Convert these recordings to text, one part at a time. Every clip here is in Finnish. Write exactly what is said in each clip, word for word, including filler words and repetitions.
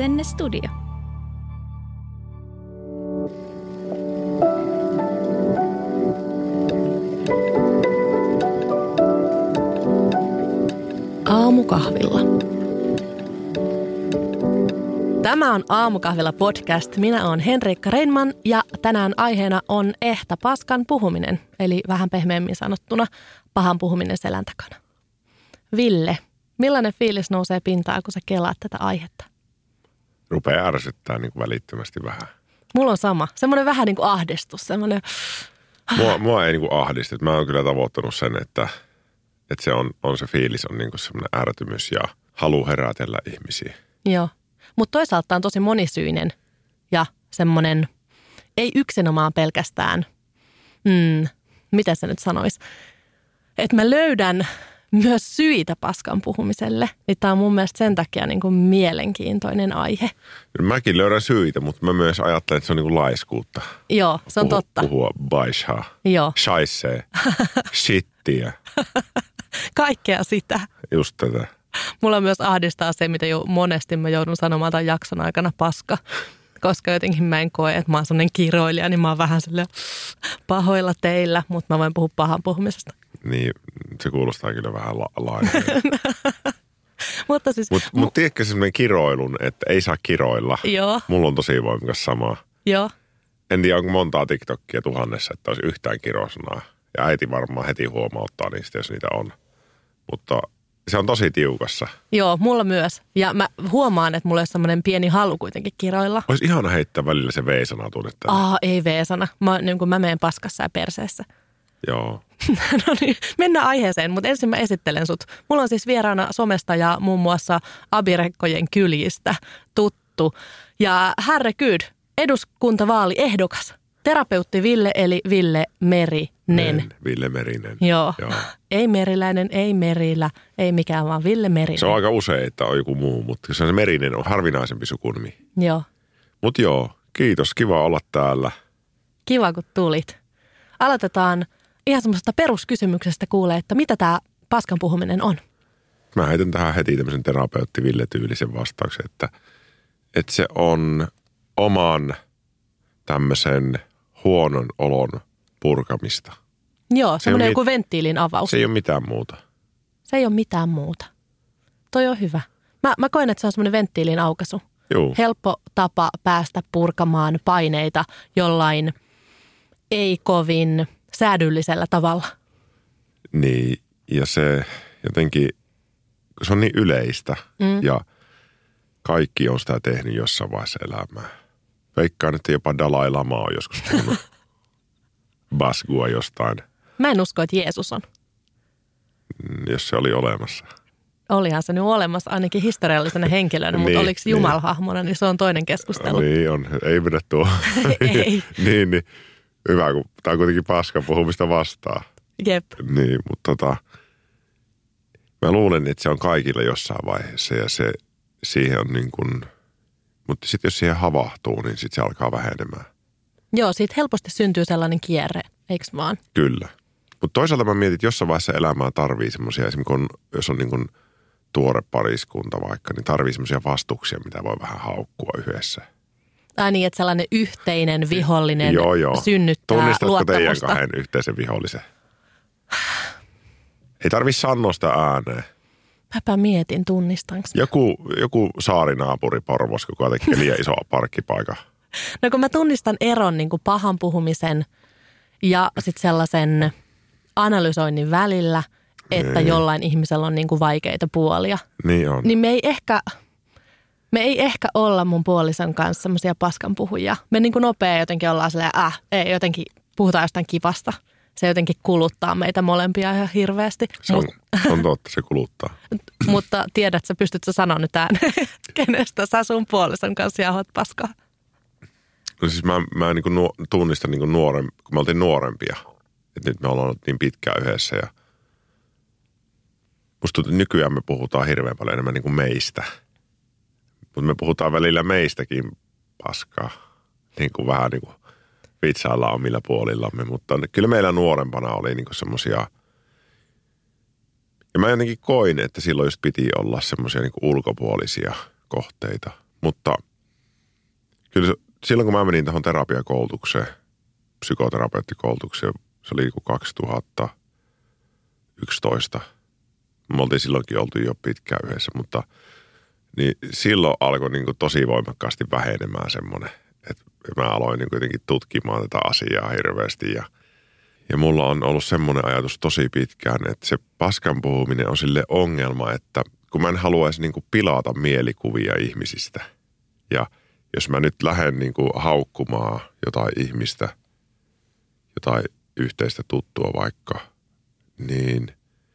Asenne Studio. Aamukahvilla. Tämä on Aamukahvilla podcast. Minä olen Henriikka Reinman ja tänään aiheena on ehtä paskan puhuminen, eli vähän pehmeämmin sanottuna pahan puhuminen selän takana. Ville, millainen fiilis nousee pintaan, kun sä kelaat tätä aihetta? Rupeaa ärsyttää niin kuin välittömästi vähän. Mulla on sama. Semmoinen vähän niin kuin ahdistus. Semmoinen... Mua, mua ei niin kuin ahdistu. Mä oon kyllä tavoittanut sen, että, että se, on, on se fiilis on niin kuin semmoinen ärtymys ja halu herätellä ihmisiä. Joo. Mutta toisaalta on tosi monisyinen ja semmoinen, ei yksinomaan pelkästään, hmm, mitä se nyt sanoisi, että mä löydän myös syitä paskan puhumiselle. Niin tää on mun mielestä sen takia niin kuin mielenkiintoinen aihe. Mäkin löydän syitä, mutta mä myös ajattelen, että se on niin kuin laiskuutta. Joo, se on Puhu, totta. Puhua baishaa, Joo. shaisee, shittiä. Kaikkea sitä. Just tätä. Mulla myös ahdistaa se, mitä jo monesti mä joudun sanomaan tämän jakson aikana paska. Koska jotenkin mä en koe, että mä oon sellainen kiroilija, niin mä oon vähän silleen pahoilla teillä, mutta mä voin puhua pahan puhumisesta. Niin, se kuulostaa kyllä vähän la- laajemmin. Mutta siis... Mutta mut tiedätkö semmoinen kiroilun, että ei saa kiroilla? Joo. Mulla on tosi voimakas sama. Joo. En tiedä, onko montaa TikTokia tuhannessa, että olisi yhtään kirosanaa. Ja äiti varmaan heti huomauttaa niistä, jos niitä on. Mutta se on tosi tiukassa. Joo, mulla myös. Ja mä huomaan, että mulla on semmoinen pieni halu kuitenkin kiroilla. Olisi ihana heittää välillä se V-sana tuonne tänne. Aa, ei V-sana. Mä, niin kuin mä menen paskassa ja perseessä. Joo. No niin, mennään aiheeseen, mutta ensin mä esittelen sut. Mulla on siis vieraana somesta ja muun muassa Abirekkojen kyljistä tuttu. Ja herregud, eduskuntavaali ehdokas. Terapeutti Ville eli Ville Merinen. Nen, Ville Merinen. Joo. Joo. Ei Meriläinen, ei Merilä, ei mikään vaan Ville Merinen. Se on aika usein, että on joku muu, mutta se Merinen on harvinaisempi sukunimi. Joo. Mutta joo, kiitos, kiva olla täällä. Kiva, kun tulit. Aloitetaan ihan semmoisesta peruskysymyksestä kuulee, että mitä tämä paskan puhuminen on? Mä heitän tähän heti tämmöisen terapeutti Ville-tyylisen vastauksen, että, että se on oman tämmöisen huonon olon purkamista. Joo, semmoinen mit- joku venttiilin avaus. Se ei ole mitään muuta. Se ei ole mitään muuta. Toi on hyvä. Mä, mä koen, että se on semmoinen venttiilin aukaisu. Juu. Helppo tapa päästä purkamaan paineita jollain ei kovin säädyllisellä tavalla. Niin, ja se jotenkin, se on niin yleistä mm. ja kaikki on sitä tehnyt jossain vaiheessa elämää. Veikkaan, että jopa Dalai Lama on joskus puhunut baskua jostain. Mä en usko, että Jeesus on. Jos se oli olemassa. Olihan se nyt olemassa ainakin historiallisena henkilönä, mutta niin, oliko Jumalhahmona, niin se on toinen keskustelu. Niin on, ei mennä tuo. Ei. niin, niin. Hyvä, kun tämä on kuitenkin paskan puhumista vastaan. Jep. Niin, mutta tota, mä luulen, että se on kaikilla jossain vaiheessa ja se, siihen on niin kuin, mutta sitten jos siihen havahtuu, niin sitten se alkaa vähenemään. Joo, siitä helposti syntyy sellainen kierre, eikö vaan? Kyllä. Mutta toisaalta mä mietin, että jossain vaiheessa elämää tarvii semmoisia, esimerkiksi kun, jos on niin kuin tuore pariskunta vaikka, niin tarvii semmoisia vastuksia, mitä voi vähän haukkua yhdessä. Tai niin, että sellainen yhteinen vihollinen joo, joo. synnyttää Tunnistatko luottamusta. teidän kahden yhteisen vihollisen? Ei tarvitse sanoa sitä ääneen. Mäpä mietin, tunnistanko. Joku, joku saarinaapuri Porvos, joka tekee liian iso parkkipaikan. No kun mä tunnistan eron niin kuin pahan puhumisen ja sitten sellaisen analysoinnin välillä, että ei. jollain ihmisellä on niin kuin vaikeita puolia. Niin on. Niin me ei ehkä, me ei ehkä olla mun puolison kanssa semmoisia paskanpuhujia. Me niin kuin nopea jotenkin ollaan silleen, äh, ei jotenkin, puhutaan jostain kivasta. Se jotenkin kuluttaa meitä molempia ihan hirveästi. Se on, Mut, on totta, se kuluttaa. mutta tiedät, sä pystyt sä sanoa nyt ääneen, kenestä sä sun puolison kanssa jauhat paskaa. No siis mä, mä niin kuin nuo, tunnistan niin kuin nuoren, kun me oltiin nuorempia. Että nyt me ollaan ollut niin pitkään yhdessä ja musta tuntuu, että nykyään me puhutaan hirveän paljon enemmän niin kuin meistä. Mutta me puhutaan välillä meistäkin paskaa. Niin kuin vähän niin kuin vitsaillaan omilla puolillamme. Mutta kyllä meillä nuorempana oli niin kuin semmosia. Ja mä jotenkin koin, että silloin just piti olla semmoisia niin kuin ulkopuolisia kohteita. Mutta kyllä se, silloin kun mä menin tuohon terapiakoulutukseen, psykoterapeuttikoulutukseen, se oli kaksituhattayksitoista. Me oltiin silloinkin oltu jo pitkään yhdessä, mutta niin silloin alkoi niin kuin tosi voimakkaasti vähenemään semmoinen, että mä aloin niin kuitenkin tutkimaan tätä asiaa hirveästi ja, ja mulla on ollut semmoinen ajatus tosi pitkään, että se paskan puhuminen on sille ongelma, että kun mä en haluaisi niin kuin pilata mielikuvia ihmisistä ja jos mä nyt lähden niin kuin haukkumaan jotain ihmistä, jotain yhteistä tuttua vaikka, niin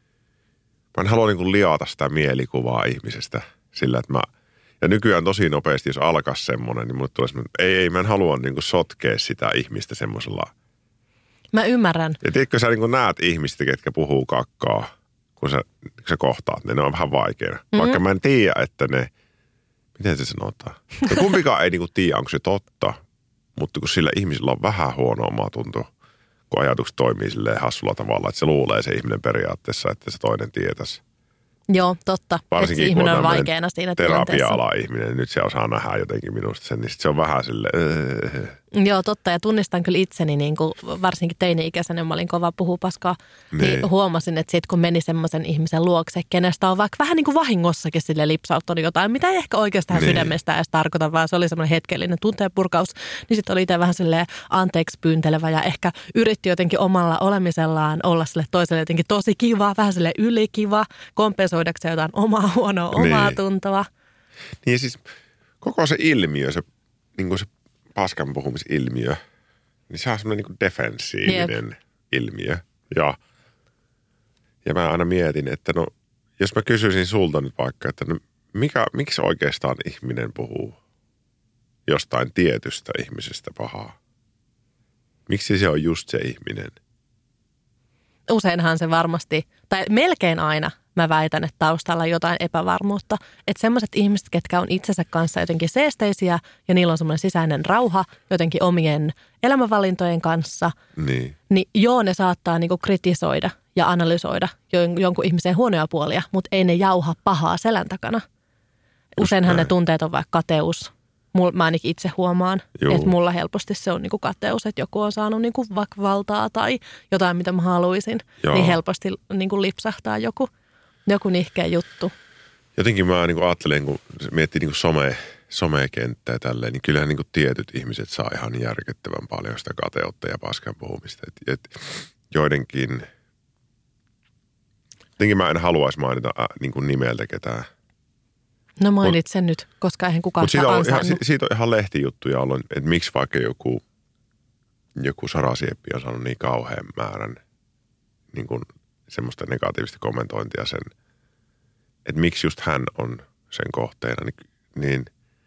mä en halua niin kuin liata sitä mielikuvaa ihmisestä sillä, että mä, ja nykyään tosi nopeasti, jos alkaisi semmoinen, niin mulle tulee semmoinen, ei, ei, mä en halua niin kuin sotkea sitä ihmistä semmoisella. Mä ymmärrän. Ja tiedätkö, sä niin kuin näet ihmistä, ketkä puhuu kakkaa, kun sä, kun sä kohtaat, niin ne on vähän vaikeina. Mm-hmm. Vaikka mä en tiedä, että ne, miten se sanotaan? No kumpikaan ei niin kuin tiedä, onko se totta, mutta kun sillä ihmisellä on vähän huono omatunto, kun ajatukset toimii silleen hassulla tavalla, että se luulee se ihminen periaatteessa, että se toinen tietäisi. Joo, totta. Varsinkin että ihminen on vaikeana siinä terapia-ala ihminen, niin nyt se osaa nähdä jotenkin minusta sen, niin se on vähän silleen. Joo, totta. Ja tunnistan kyllä itseni, niin kuin varsinkin teini-ikäisenä, mä olin kova puhua paskaa, niin, niin huomasin, että sit kun meni semmoisen ihmisen luokse, kenestä on vaikka vähän niin kuin vahingossakin sille lipsauttanut jotain, mitä ei ehkä oikeastaan niin sydämestä edes tarkoita, vaan se oli semmoinen hetkellinen tunteenpurkaus, niin sitten oli itse vähän silleen anteeksi pyyntelevä ja ehkä yritti jotenkin omalla olemisellaan olla sille toiselle jotenkin tosi kiva, vähän sille ylikiva, kompensoidakseen jotain omaa huonoa omaa niin tuntoa. Niin siis koko se ilmiö, se, niin kuin se paskan puhumisilmiö, niin se on semmoinen niin kuin defensiivinen yep. ilmiö. Ja, ja mä aina mietin, että no, jos mä kysyisin sulta nyt vaikka, että no, mikä, miksi oikeastaan ihminen puhuu jostain tietystä ihmisestä pahaa? Miksi se on just se ihminen? Useinhan se varmasti, tai melkein aina mä väitän, että taustalla on jotain epävarmuutta. Että semmoiset ihmiset, ketkä on itsensä kanssa jotenkin seesteisiä ja niillä on semmoinen sisäinen rauha jotenkin omien elämänvalintojen kanssa, niin, niin joo, ne saattaa niinku kritisoida ja analysoida jonkun ihmisen huonoja puolia, mutta ei ne jauha pahaa selän takana. Useinhan ne tunteet on vaikka kateus. Mä ainakin itse huomaan, Juu. että mulla helposti se on niinku kateus, että joku on saanut niinku vaikka valtaa tai jotain, mitä mä haluaisin. Joo. Niin helposti niinku lipsahtaa joku, joku nihkeä juttu. Jotenkin mä niinku ajattelen, kun miettii niinku some, somekenttää ja tälleen, niin kyllähän niinku tietyt ihmiset saa ihan järkyttävän paljon sitä kateutta ja paskan puhumista. Et, et joidenkin, jotenkin mä en haluaisi mainita äh, niinku nimeltä ketään. No mainit sen nyt, koska eihän kukaan sitä ansainnut. Ihan, siitä on ihan lehtijuttuja ollut, että miksi vaikka joku, joku sarasieppi on saanut niin kauhean määrän niin kuin semmoista negatiivista kommentointia sen, että miksi just hän on sen kohteena, niin, niin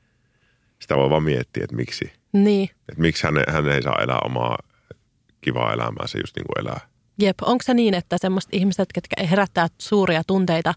sitä voi vaan miettiä, että miksi. Niin. Että miksi hän, hän ei saa elää omaa kivaa elämäänsä just niin kuin elää. Jep, onko se niin, että semmoiset ihmiset, ketkä herättää suuria tunteita,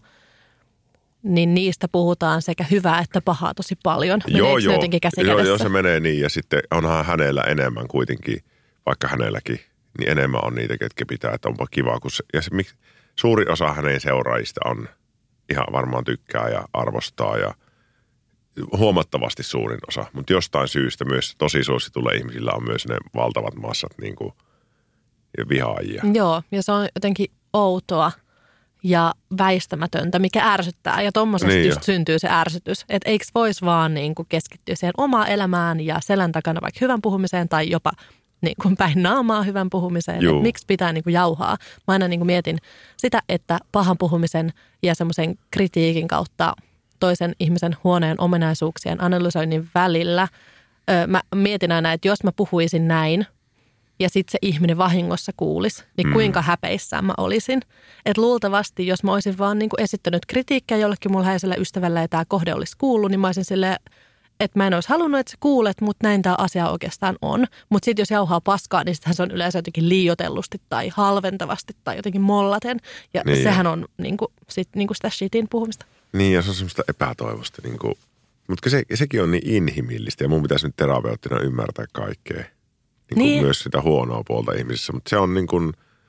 niin niistä puhutaan sekä hyvää että pahaa tosi paljon. Meneekö joo, joo. jotenkin käsi joo, kädessä? joo, se menee niin. Ja sitten onhan hänellä enemmän kuitenkin, vaikka hänelläkin, niin enemmän on niitä, ketkä pitää, että onpa kiva. Kun se, ja se, suuri osa hänen seuraajista on ihan varmaan tykkää ja arvostaa ja huomattavasti suurin osa. Mutta jostain syystä myös tosi suosituilla ihmisillä on myös ne valtavat massat niin kuin vihaajia. Joo, ja se on jotenkin outoa ja väistämätöntä, mikä ärsyttää. Ja tommosesta niin just jo. syntyy se ärsytys. Että eikö voisi vaan niin kuin keskittyä siihen omaan elämään ja selän takana vaikka hyvän puhumiseen tai jopa niin kuin päin naamaa hyvän puhumiseen. Että miksi pitää niin kuin jauhaa. Mä aina niin kuin mietin sitä, että pahan puhumisen ja semmoisen kritiikin kautta toisen ihmisen huoneen ominaisuuksien analysoinnin välillä. Öö, mä mietin aina, että jos mä puhuisin näin, ja sitten se ihminen vahingossa kuulisi, niin kuinka mm. häpeissään mä olisin. Että luultavasti, jos mä olisin vaan niin kuin esittänyt kritiikkiä jollekin mun läheiselle ystävälle ja tämä kohde olisi kuullut, niin mä olisin silleen, että mä en olisi halunnut, että sä kuulet, mutta näin tämä asia oikeastaan on. Mutta sitten jos jauhaa paskaa, niin sittenhän se on yleensä jotenkin liioitellusti tai halventavasti tai jotenkin mollaten. Ja niin sehän on niin kuin, sit, niin kuin sitä shitin puhumista. Niin, ja se on semmoista epätoivosta. Niin kuin, mutta se, sekin on niin inhimillistä ja mun pitäisi nyt terapeuttina ymmärtää kaikkea. Niin niin. Myös sitä huonoa puolta ihmisissä, mutta se on niin kuin,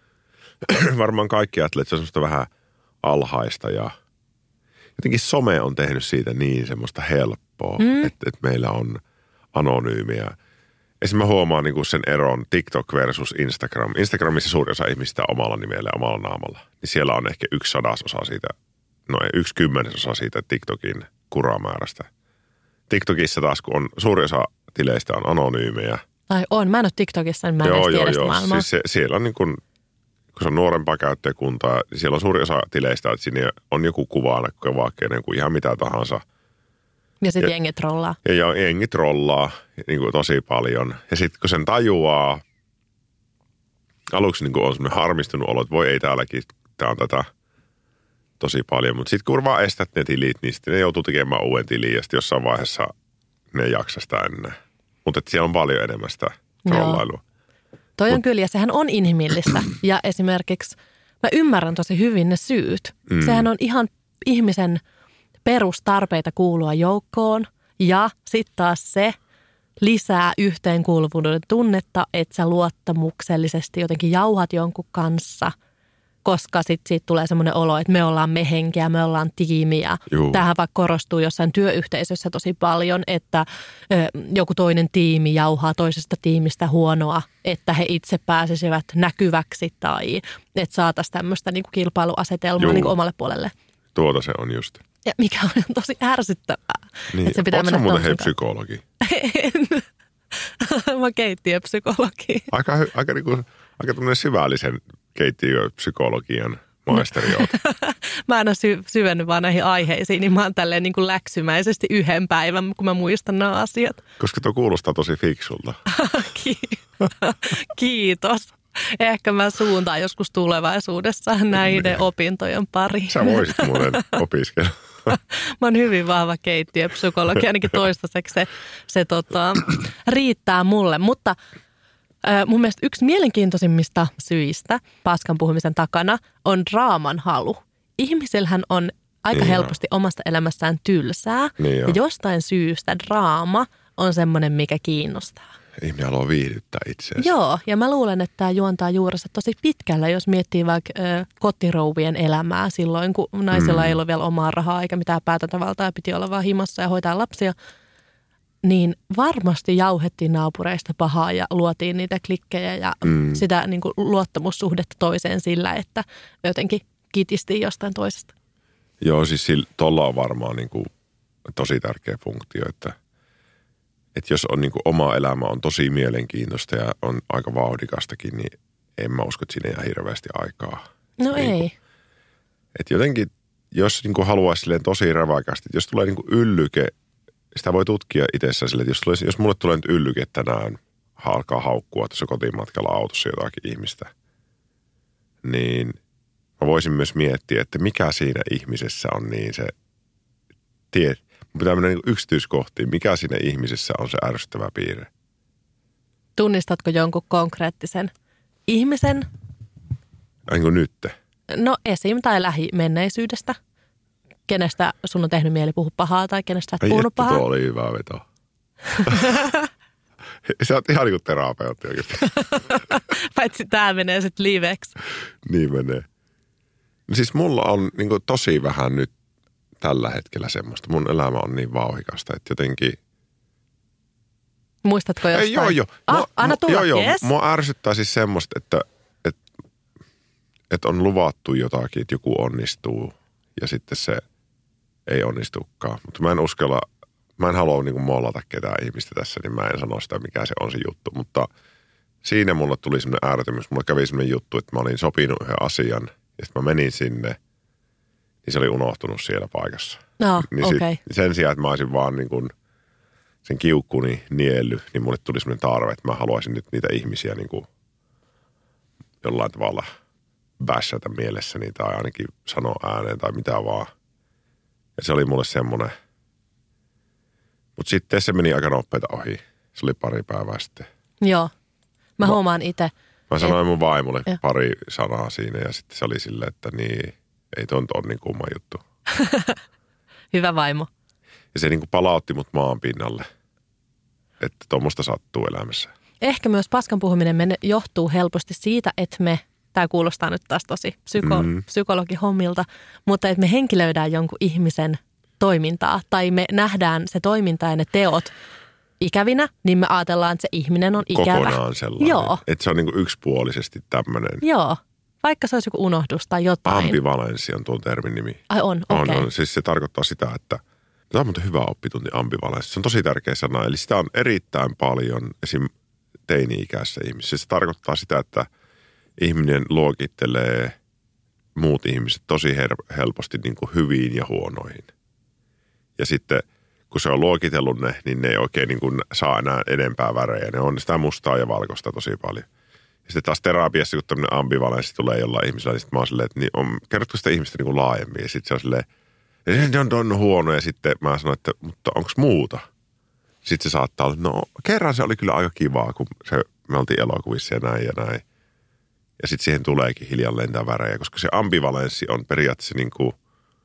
varmaan kaikki ajattelee, että se on semmoista vähän alhaista ja jotenkin some on tehnyt siitä niin semmoista helppoa. helppoa, mm. että et meillä on anonyymiä. Esimerkiksi mä huomaan niin kuin sen eron TikTok versus Instagram. Instagramissa suurin osa ihmistä omalla nimellä ja omalla naamalla. Niin siellä on ehkä yksi sadasosa siitä, no ei, yksi kymmenesosa siitä TikTokin kuramäärästä. TikTokissa taas, kun on suurin osa tileistä on anonyymejä. Ai on, mä en ole TikTokissa, niin mä en joo, edes joo, tiedä joo. maailmaa. Siis se, siellä on niin kuin, kun se on nuorempaa käyttäjäkuntaa, niin siellä on suurin osa tileistä, että siinä on joku kuva, vaikka joku ihan mitä tahansa. Ja sitten jengi trollaa. Ja, ja jengi trollaa niin kuin tosi paljon. Ja sitten kun sen tajuaa, aluksi niin kuin on semmoinen harmistunut olo, että voi ei täälläkin, tämä on tätä tosi paljon. Mutta sitten kun vaan estät ne tilit, niin sitten ne joutuu tekemään uuden tilin ja sitten jossain vaiheessa ne ei jaksa sitä enää. Mutta siellä on paljon enemmän sitä trollailua. Joo. Toi on Mut, kyllä, ja sehän on inhimillistä. Ja esimerkiksi mä ymmärrän tosi hyvin ne syyt. Mm. Sehän on ihan ihmisen perustarpeita kuulua joukkoon. Ja sitten taas se lisää yhteenkuuluvuuden tunnetta, että sä luottamuksellisesti jotenkin jauhat jonkun kanssa, koska sitten siitä tulee semmoinen olo, että me ollaan me henkeä, me ollaan tiimiä. Juu. Tämähän vaikka korostuu jossain työyhteisössä tosi paljon, että ö, joku toinen tiimi jauhaa toisesta tiimistä huonoa, että he itse pääsisivät näkyväksi tai että saataisiin tämmöistä niinku kilpailuasetelmaa niinku omalle puolelle. Tuota se on just. Ja mikä on tosi ärsyttävää. Niin, että se pitää mennä muuten hei psykologi? En. Mä keittiöpsykologi. Aika, aika, niinku, aika tämmöinen syvällisen keittiöpsykologian maisteri oot. Mä en ole sy- syvennyt vaan näihin aiheisiin, niin mä oon tälleen niin kuin läksymäisesti yhden päivän, kun mä muistan nämä asiat. Koska tuo kuulostaa tosi fiksulta. Kiitos. Ehkä mä suuntaan joskus tulevaisuudessa näiden opintojen pariin. Sä voisit muuten opiskella. Mä oon hyvin vahva keittiöpsykologi, ainakin toistaiseksi se, se tota, riittää mulle. Mutta äh, mun mielestä yksi mielenkiintoisimmista syistä paskan puhumisen takana on draaman halu. Ihmisillähän on aika niin helposti jo omasta elämässään tylsää. Niin ja jostain syystä draama on semmoinen, mikä kiinnostaa. Ihminen haluaa viihdyttää itseänsä. Joo, ja mä luulen, että tämä juontaa juurensa tosi pitkällä, jos miettii vaikka ö, kotirouvien elämää silloin, kun naisilla mm. ei ollut vielä omaa rahaa eikä mitään päätäntävaltaa ja piti olla vaan himassa ja hoitaa lapsia. Niin varmasti jauhettiin naapureista pahaa ja luotiin niitä klikkejä ja mm. sitä niin kuin, luottamussuhdetta toiseen sillä, että jotenkin kitistiin jostain toisesta. Joo, siis tuolla on varmaan niin kuin, tosi tärkeä funktio, että Että jos on niin kuin oma elämä on tosi mielenkiintoista ja on aika vauhdikastakin, niin en mä usko, että siinä jää hirveästi aikaa. No niin ei. Kuin, että jotenkin, jos niin kuin haluaisi silleen tosi räväkästi, jos tulee niin kuin yllyke, sitä voi tutkia itsessään silleen, että jos, tulee, jos mulle tulee nyt yllyke, että tänään alkaa haukkua tuossa kotimatkalla autossa jotakin ihmistä, niin mä voisin myös miettiä, että mikä siinä ihmisessä on niin se tie. Pitää mennä niin yksityiskohtiin. Mikä siinä ihmisessä on se ärsyttävä piirre? Tunnistatko jonkun konkreettisen ihmisen? Niin kuin nyt? No esim. Tai lähimenneisyydestä. Kenestä sun on tehnyt mieli puhua pahaa tai kenestä sä et puhunut pahaa? Tuo oli hyvä veto. Sä oot ihan niin kuin terapeutti oikeasti. Paitsi tää menee sitten liveksi. Niin menee. No siis mulla on niin kuin tosi vähän nyt tällä hetkellä semmoista. Mun elämä on niin vauhikasta, että jotenkin... Muistatko jostain? Ei, joo, joo. Ah, mua, anna tulla, joo, joo. Yes. Mua ärsyttää siis semmoista, että, että, että on luvattu jotakin, että joku onnistuu ja sitten se ei onnistukaan. Mutta mä en uskalla, mä en halua niin kuin mollata ketään ihmistä tässä, niin mä en sano sitä, mikä se on se juttu. Mutta siinä mulle tuli semmoinen ärtymys. Mulle kävi semmoinen juttu, että mä olin sopinut yhden asian ja sitten mä menin sinne. Niin se oli unohtunut siellä paikassa. No, niin okei. Okay. Sen sijaan, että mä olisin vaan niin kuin sen kiukkuni nielly, niin mulle tuli semmoinen tarve, että mä haluaisin nyt niitä ihmisiä niin kuin jollain tavalla bässätä mielessäni tai ainakin sanoa ääneen tai mitä vaan. Ja se oli mulle semmoinen. Mutta sitten se meni aika nopeita ohi. Se oli pari päivää sitten. Joo. Mä, mä huomaan itse. Mä sanoin et, mun vaimolle jo. pari sanaa siinä ja sitten se oli silleen, että niin... Ei tuon on niin kumma juttu. Hyvä vaimo. Ja se niin kuin palautti mut maan pinnalle, että tuommoista sattuu elämässä. Ehkä myös paskan puhuminen johtuu helposti siitä, että me, tämä kuulostaa nyt taas tosi psyko, mm. psykologihommilta, mutta että me henkilöidään jonkun ihmisen toimintaa tai me nähdään se toiminta ja ne teot ikävinä, niin me ajatellaan, että se ihminen on ikävä. Kokonaan sellainen. Joo. Että se on niin kuin yksipuolisesti tämmöinen. Joo. Vaikka se olisi joku unohdus tai jotain. Ambivalenssi on tuon termin nimi. Ai on, okei. Okay. On, on. Siis se tarkoittaa sitä, että tämä on muuten hyvä oppitunti ambivalenssi. Se on tosi tärkeä sana. Eli sitä on erittäin paljon esim. Teini-ikäisessä ihmisessä. Se tarkoittaa sitä, että ihminen luokittelee muut ihmiset tosi her- helposti niin kuin hyviin ja huonoihin. Ja sitten kun se on luokitellut ne, niin ne ei oikein niin kuin saa enää enempää värejä. Ne on sitä mustaa ja valkoista tosi paljon. Ja sitten taas terapiassa, kun tämmöinen ambivalenssi tulee jollain ihmisellä, niin sitten mä oon silleen, että niin on, kerrotko sitä ihmistä niin kuin laajemmin? Ja sitten se on silleen, että on, on huono. Ja sitten mä sanoin, että mutta onko muuta? Sitten se saattaa olla, no kerran se oli kyllä aika kivaa, kun se, me oltiin elokuvissa ja näin ja näin. Ja sitten siihen tuleekin hiljan lentää värejä, koska se ambivalenssi on periaatteessa niin kuin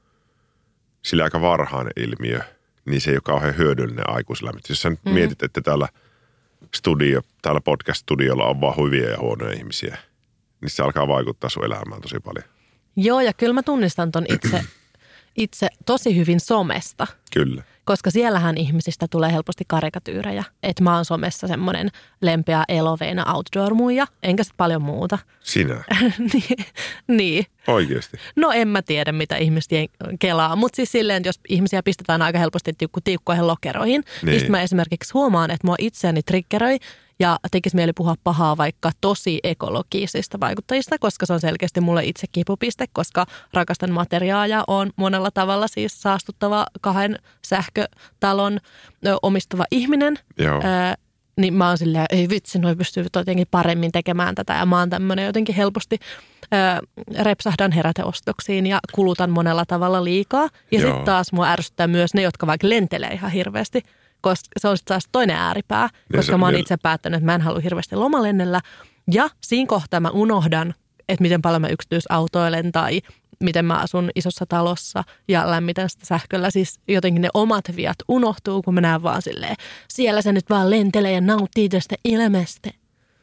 sillä aika varhainen ilmiö, niin se ei ole kauhean hyödyllinen aikuisella. Jos sä nyt mm. mietit, että täällä studio, täällä podcast-studiolla on vaan hyviä ja huonoja ihmisiä, niin se alkaa vaikuttaa sun elämään tosi paljon. Joo, ja kyllä mä tunnistan ton itse, itse tosi hyvin somesta. Kyllä. Koska siellähän ihmisistä tulee helposti karikatyyrejä. Että mä oon somessa semmoinen lempeä eloveina outdoor-muija, enkä sit paljon muuta. Sinä? niin, niin. Oikeasti? No en mä tiedä, mitä ihmiset kelaa. Mutta siis silleen, että jos ihmisiä pistetään aika helposti tiukku, tiukkoihin lokeroihin, niin, niin mä esimerkiksi huomaan, että mua itseäni triggeröi ja tekisi mieli puhua pahaa vaikka tosi ekologisista vaikuttajista, koska se on selkeästi mulle itse kipupiste, koska rakastan materiaa ja on monella tavalla siis saastuttava kahden sähkötalon ö, omistava ihminen. Joo. Ö, niin mä oon silleen, ei vitsi, noi pystyy jotenkin paremmin tekemään tätä ja mä oon tämmönen jotenkin helposti ö, repsahdan heräteostoksiin ja kulutan monella tavalla liikaa. Ja sitten taas mua ärsyttää myös ne, jotka vaikka lentelee ihan hirveästi. Koska se on sitten taas toinen ääripää, koska mä oon itse päättänyt, että mä en halua hirveästi lomalennellä. Ja siinä kohtaa mä unohdan, että miten paljon mä yksityisautoilen tai miten mä asun isossa talossa ja lämmitän sitä sähköllä. Siis jotenkin ne omat viat unohtuu, kun mä näen vaan silleen, siellä se nyt vaan lentelee ja nauttii tästä ilmestä.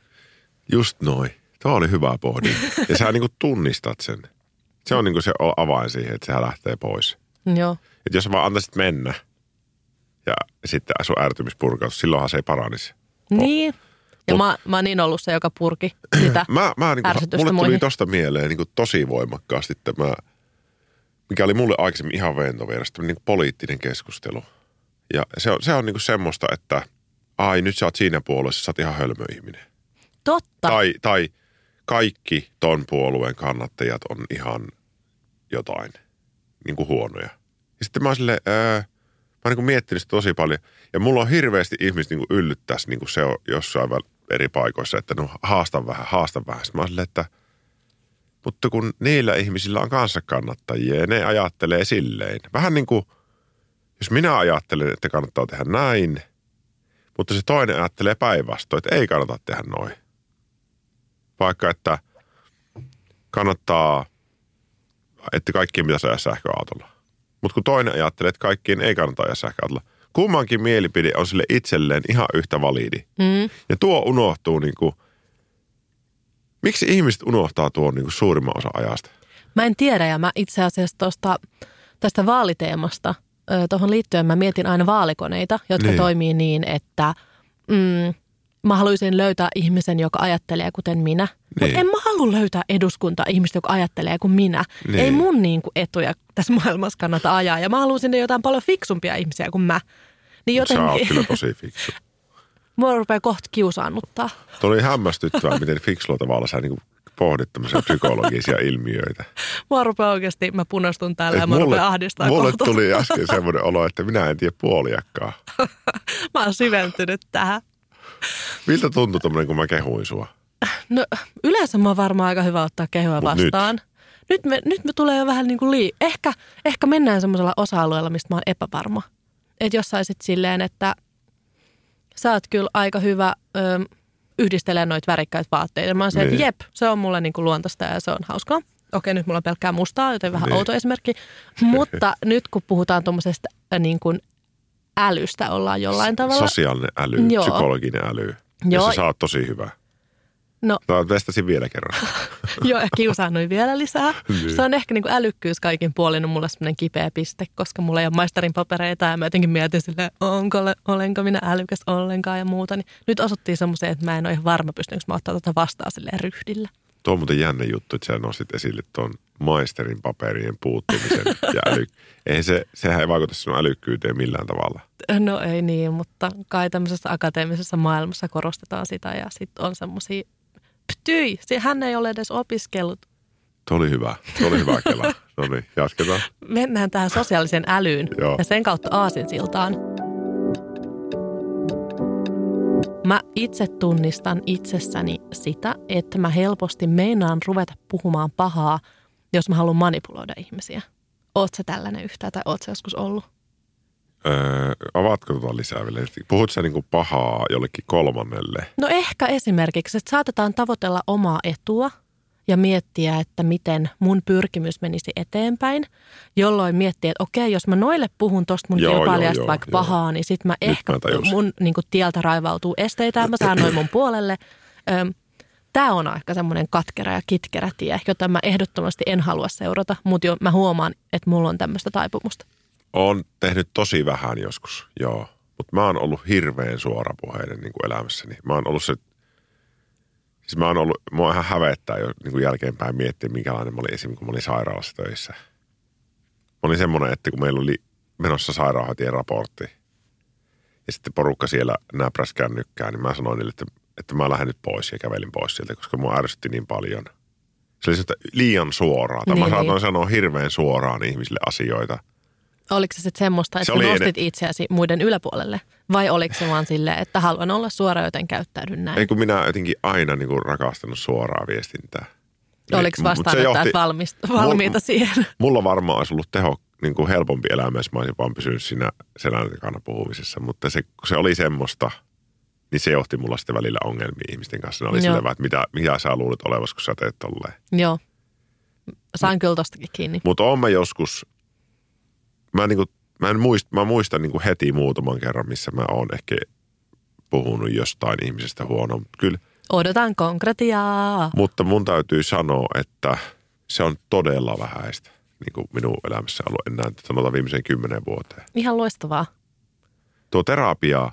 Just noin. Tuo oli hyvä pohdin. Ja sä niinku tunnistat sen. Se on niinku se avain siihen, että sehän lähtee pois. Joo. Että jos sä vaan antaisit mennä. Ja sitten sun ärtymys purkautus, silloinhan se ei paranisi. Niin. Ja Mut, mä, mä oon niin ollut se, joka purki sitä mä, mä niin kuin, ärsytystä mulle muihin. tuli tosta mieleen niin kuin tosi voimakkaasti tämä, mikä oli mulle aikaisemmin ihan ventovierasta, niin kuin poliittinen keskustelu. Ja se on, se on niin kuin semmoista, että ai nyt sä oot siinä puolueessa, sä oot ihan hölmö ihminen. Totta. Tai, tai kaikki ton puolueen kannattajat on ihan jotain niin kuin huonoja. Ja sitten mä oon silleen, ää, mä oon niin miettinyt sitä tosi paljon. Ja mulla on hirveästi ihmiset niin yllyttäisi, niin kuin se on jossain eri paikoissa, että no haastan vähän, haastan vähän. Sitten mä oon silleen, että mutta kun niillä ihmisillä on kanssa kannattajia ja ne ajattelee silleen. Vähän niin kuin, jos minä ajattelen, että kannattaa tehdä näin, mutta se toinen ajattelee päinvastoin, että ei kannata tehdä noin. Vaikka, että kannattaa, että kaikkien pitäisi ajaa sähköautolla. Mutta kun toinen ajattelee, että kaikkien ei kannata ajaa sähköautolla. Kummankin mielipide on sille itselleen ihan yhtä validi. Mm. Ja tuo unohtuu niin kuin, miksi ihmiset unohtaa tuon niin kuin suurimman osa ajasta? Mä en tiedä ja mä itse asiassa tosta, tästä vaaliteemasta tuohon liittyen mä mietin aina vaalikoneita, jotka niin. toimii niin, että mm, mä haluaisin löytää ihmisen, joka ajattelee kuten minä. Niin. Mutta en mä halua löytää eduskuntaa ihmistä, joka ajattelee kuin minä. Niin. Ei mun niin kuin etuja tässä maailmassa kannata ajaa. Ja mä haluan sinne jotain paljon fiksumpia ihmisiä kuin mä. Niin jotenkin... Sä oot kyllä tosi fiksu. Mua rupeaa kohta kiusaannuttaa. Tuo oli hämmästyttävää, miten fiksulla tavalla sä niin pohdit tämmöisiä psykologisia ilmiöitä. Mua rupeaa oikeasti, mä punostun täällä et ja mä rupeaa ahdistaa mulle kohta. Tuli äsken semmoinen olo, että minä en tiedä puoliakkaa. Mä oon syventynyt tähän. Miltä tuntui tommoinen, kun mä kehuin sua? No yleensä mä oon varmaan aika hyvä ottaa kehua vastaan. Nyt? Nyt me, nyt me tulee jo vähän niin kuin lii... Ehkä, ehkä mennään semmoisella osa-alueella, mistä mä oon epävarma. Että jos saisit silleen, että sä oot kyllä aika hyvä ö, yhdistelee noita värikkäitä vaatteita. Mä oon se, niin. että jep, se on mulle niin kuin luontaista ja se on hauskaa. Okei, nyt mulla on pelkkää mustaa, joten vähän niin. outo esimerkki. Mutta nyt kun puhutaan tuommoisesta niin kuin älystä ollaan jollain tavalla. Sosiaalinen äly, Joo. psykologinen äly. Joo. Ja sä saat tosi hyvä. No, Tämä testasin vielä kerran. joo, ja kiusaannuin vielä lisää. Niin. Se on ehkä niin kuin älykkyys kaikin puolin on mulla semmoinen kipeä piste, koska mulla ei ole maisterin papereita ja mä jotenkin mietin silleen, onko, olenko minä älykäs ollenkaan ja muuta. Niin nyt osuttiin semmoiseen, että mä en ole ihan varma, pystynkö mä ottaa tätä vastaan silleen ryhdillä. Tuo on muuten jännä juttu, että sä nostit esille tuon maisterin paperien puuttumisen ja äly... Eihän se, sehän ei vaikuta sinun älykkyyteen millään tavalla. No ei niin, mutta kai tämmöisessä akateemisessa maailmassa korostetaan sitä ja sitten on semmoisia, ptyi, hän ei ole edes opiskellut. Tuo oli hyvä, tuo oli hyvä kela. No niin, jatketaan. Mennään tähän sosiaalisen älyyn ja sen kautta aasinsiltaan. Mä itse tunnistan itsessäni sitä, että mä helposti meinaan ruveta puhumaan pahaa, jos mä haluan manipuloida ihmisiä. Oot sä tällainen yhtään tai oot sä joskus ollut? Öö, avaatko tuota lisää vielä? Puhut sä niinku pahaa jollekin kolmannelle? No ehkä esimerkiksi, että saatetaan tavoitella omaa etua ja miettiä, että miten mun pyrkimys menisi eteenpäin, jolloin miettiä, että okei, jos mä noille puhun tosta mun kilpailijasta vaikka joo. pahaa, niin sit mä Nyt ehkä mä mun niin kuin tieltä raivautuu esteitä ja mä saan noin mun puolelle. Öm, Tämä on aika semmoinen katkera ja kitkerä tie, jota mä ehdottomasti en halua seurata, mutta jo mä huomaan, että mulla on tämmöistä taipumusta. Olen tehnyt tosi vähän joskus, joo. Mutta mä oon ollut hirveän suorapuheinen niin kuin elämässäni. Mä oon ollut se, siis mä oon ollut, mua ihan hävettää jo niin kuin jälkeenpäin miettiä, minkälainen mä olin esimerkiksi, kun mä olin sairaalassa töissä. Mä olin semmoinen, että kun meillä oli menossa sairaanhoitajan raportti ja sitten porukka siellä näpräsi kännykkään, niin mä sanoin niille, että että mä lähden nyt pois ja kävelin pois sieltä, koska mua ärsytti niin paljon. Se oli liian suoraa. Tai niin, mä saatoin niin. sanoa hirveän suoraan ihmisille asioita. Oliko se sitten semmoista, että se nostit en... itseäsi muiden yläpuolelle? Vai oliko se vaan silleen, että haluan olla suora, joten käyttäydyn näin? Ei kun minä jotenkin aina niin kuin rakastanut suoraa viestintää. Oliko vastaanottajat valmiita siihen? Mulla varmaan olisi ollut teho niin kuin helpompi elämä, jos mä olisin vaan pysynyt siinä selän takana puhumisessa. Mutta se, kun se oli semmoista... Niin se johti mulla sitten välillä ongelmia ihmisten kanssa. Ne oli silleen, että mitä, mitä sä luulet olevasi, kun sä teet tolleen. Joo. Sain kyllä tostakin kiinni. Mutta oon mä joskus, mä, niinku, mä, en muist, mä muistan niinku heti muutaman kerran, missä mä oon ehkä puhunut jostain ihmisestä huonoa. Kyllä. Odotan konkretiaa. Mutta mun täytyy sanoa, että se on todella vähäistä. Niin kuin minun elämässä on ollut enää, sanotaan viimeiseen kymmenen vuoteen. Ihan loistavaa. Tuo terapia...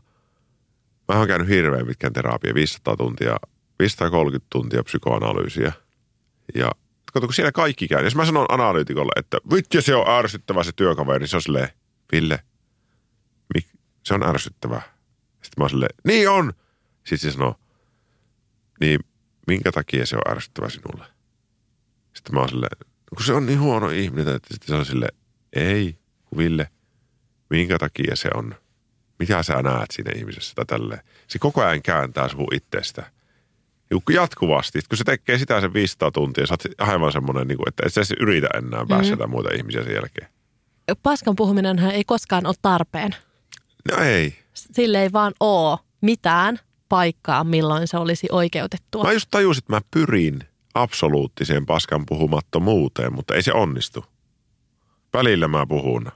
Mä oon käynyt hirveän pitkän terapia, viisisataa tuntia, viisisataakolmekymmentä tuntia psykoanalyysiä. Ja kato, kun siellä kaikki käy. Jos mä sanon analyytikolle, että vittu se on ärsyttävä se työkaveri, niin se on silleen, Ville, mik, se on ärsyttävä. Sitten mä oon silleen, niin on. Sitten se sanoo, niin minkä takia se on ärsyttävä sinulle? Sitten mä oon silleen, kun se on niin huono ihminen, että sitten se on silleen, ei, Ville, minkä takia se on? Mitä sä näet siinä ihmisessä tai tälleen? Se koko ajan kääntää sun itsestä. Jatkuvasti. Kun se tekee sitä sen viisisataa tuntia, sä oot aivan semmoinen, että et sä edes yritä enää päästä mm. muita ihmisiä sen jälkeen. Paskan puhuminenhan ei koskaan ole tarpeen. No ei. Sille ei vaan ole mitään paikkaa, milloin se olisi oikeutettua. Mä just tajusin, että mä pyrin absoluuttiseen paskan puhumattomuuteen, mutta ei se onnistu. Välillä mä puhun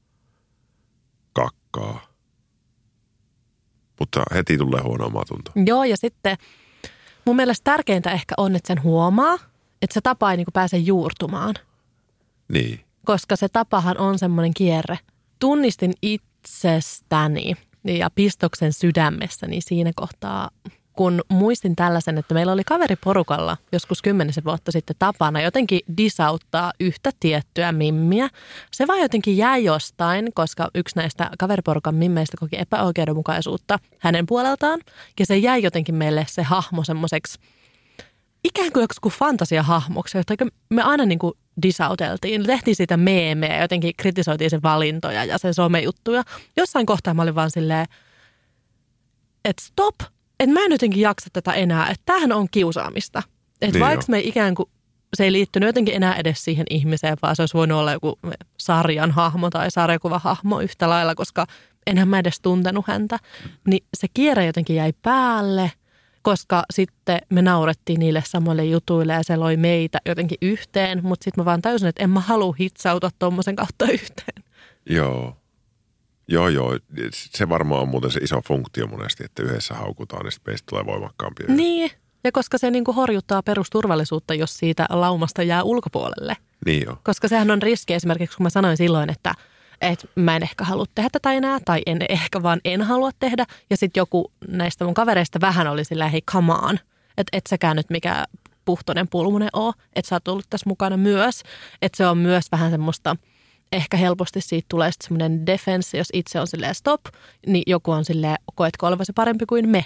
kakkaa. Mutta heti tulee huono omatunto. Joo, ja sitten mun mielestä tärkeintä ehkä on, että sen huomaa, että se tapa ei niin kuin pääse juurtumaan. Niin. Koska se tapahan on semmoinen kierre. Tunnistin itsestäni ja pistoksen sydämessäni siinä kohtaa, kun muistin tällaisen, että meillä oli kaveriporukalla joskus kymmenisen vuotta sitten tapana jotenkin disauttaa yhtä tiettyä mimmiä. Se vaan jotenkin jäi jostain, koska yksi näistä kaveriporukan mimmeistä koki epäoikeudenmukaisuutta hänen puoleltaan. Ja se jäi jotenkin meille se hahmo semmoiseksi ikään kuin joku fantasiahahmoksi, jota me aina niin kuin disauteltiin. Tehtiin siitä meemejä ja jotenkin kritisoitiin sen valintoja ja sen somejuttuja. Jossain kohtaa mä olin vaan silleen, että stop. Että mä en jotenkin jaksa tätä enää, että tämähän on kiusaamista. Että niin vaikka me ikään kuin, se ei liittynyt jotenkin enää edes siihen ihmiseen, vaan se olisi voinut olla joku sarjan hahmo tai sarjakuvahahmo yhtä lailla, koska enhän mä edes tuntenut häntä. Niin se kierre jotenkin jäi päälle, koska sitten me naurettiin niille samoille jutuille ja se loi meitä jotenkin yhteen, mutta sitten mä vaan täysin, että en mä halua hitsautua tuommoisen kautta yhteen. Joo. Joo, joo. Se varmaan on muuten se iso funktio monesti, että yhdessä haukutaan, niin sitten meistä tulee voimakkaampia. Niin. Ja koska se niin kuin horjuttaa perusturvallisuutta, jos siitä laumasta jää ulkopuolelle. Niin joo. Koska sehän on riski esimerkiksi, kun mä sanoin silloin, että, että mä en ehkä halua tehdä tätä enää, tai en ehkä vaan en halua tehdä. Ja sitten joku näistä mun kavereista vähän oli silleen, hei come on, että et säkään nyt mikä puhtoinen pulmunen oo, että sä oot ollut tässä mukana myös. Että se on myös vähän semmoista, ehkä helposti siitä tulee sitten semmoinen defense, jos itse on silleen stop, niin joku on silleen, koetko olevasi parempi kuin me?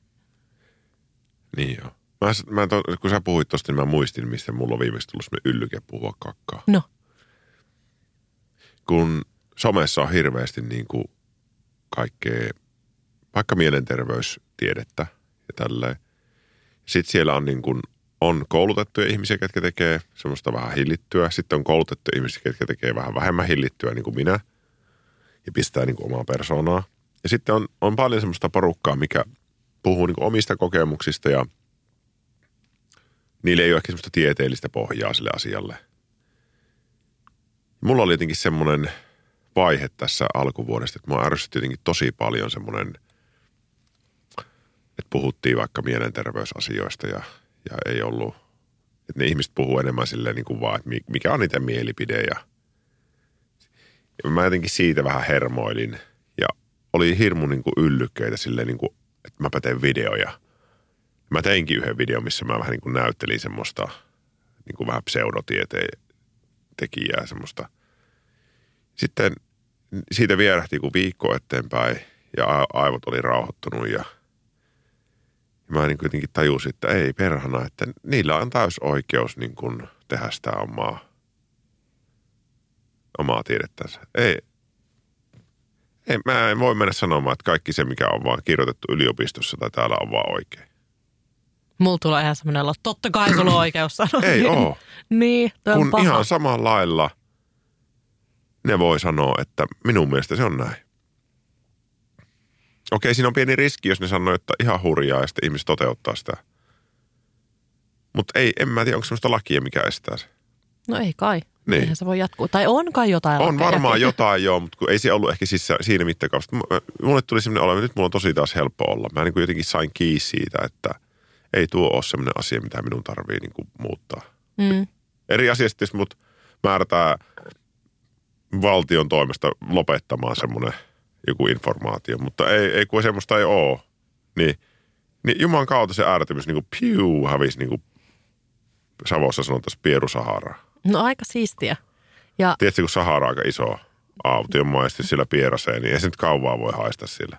Niin joo. Mä, mä to, kun sä puhuit tosta, niin mä muistin, mistä mulla on viimeksi tullut semmoinen yllyke puhua kakkaa. No. Kun somessa on hirveästi niin kuin kaikkea, vaikka mielenterveystiedettä ja tälleen. Sitten siellä on niin kuin, on koulutettuja ihmisiä, ketkä tekee semmoista vähän hillittyä. Sitten on koulutettuja ihmisiä, ketkä tekee vähän vähemmän hillittyä, niin kuin minä. Ja pistää niin kuin omaa persoonaa. Ja sitten on, on paljon semmoista porukkaa, mikä puhuu niin kuin omista kokemuksista ja niillä ei ole ehkä semmoista tieteellistä pohjaa sille asialle. Mulla oli jotenkin semmoinen vaihe tässä alkuvuodesta, että mua ärsytti jotenkin tosi paljon semmoinen, että puhuttiin vaikka mielenterveysasioista ja, ja ei ollut, että ne ihmiset puhuu enemmän silleen niin kuin vaan, että mikä on niiden mielipide ja, ja mä jotenkin siitä vähän hermoilin ja oli hirmu niin kuin yllykkeitä silleen niin kuin, että mäpä teen videoja. Mä teinkin yhden videon, missä mä vähän niin kuin näyttelin semmoista niin kuin vähän pseudotieteen tekijää semmoista. Sitten siitä vierähti kuin viikko eteenpäin ja aivot oli rauhoittunut ja, ja mä niin kuin jotenkin tajusin, että ei perhana, että niillä on täys oikeus niin kuin tehdä sitä omaa, omaa tiedettänsä. Ei, ei, mä en voi mennä sanomaan, että kaikki se, mikä on vaan kirjoitettu yliopistossa tai täällä on vaan oikein. Mulla tulee ihan semmoinen olo, totta kai sulla on oikeus sanoa. Ei oo. Niin, toi on kun paha. ihan samalla lailla ne voi sanoa, että minun mielestä se on näin. Okei, siinä on pieni riski, jos ne sanoo, että ihan hurjaa ja sitten ihmiset toteuttaa sitä. Mutta ei, en mä tiedä, onko semmoista lakia, mikä estää se. No ei kai. Niin. Eihän se voi jatkuu. Tai on kai jotain On lakeja. varmaan jotain joo, mutta kun ei se ollut ehkä siis siinä mittakaavassa. Mulle tuli semmoinen olo, että nyt mulla on tosi taas helppo olla. Mä niin kuin jotenkin sain kiinni siitä, että ei tuo ole semmoinen asia, mitä minun tarvii niin kuin muuttaa. Mm. Eri asia sitten, jos mut määrätään valtion toimesta lopettamaan semmoinen joku informaatio, mutta ei, ei kun semmoista ei ole. Niin, niin Jumalan kautta se äärettömyys niin kuin piu hävisi niin kuin Savossa sanotaan Pieru Sahara. No aika siistiä. Ja Tiedätkö, kun Sahara on aika iso autio maisesti sillä pieraseen, niin ei se nyt kauaa voi haista sillä.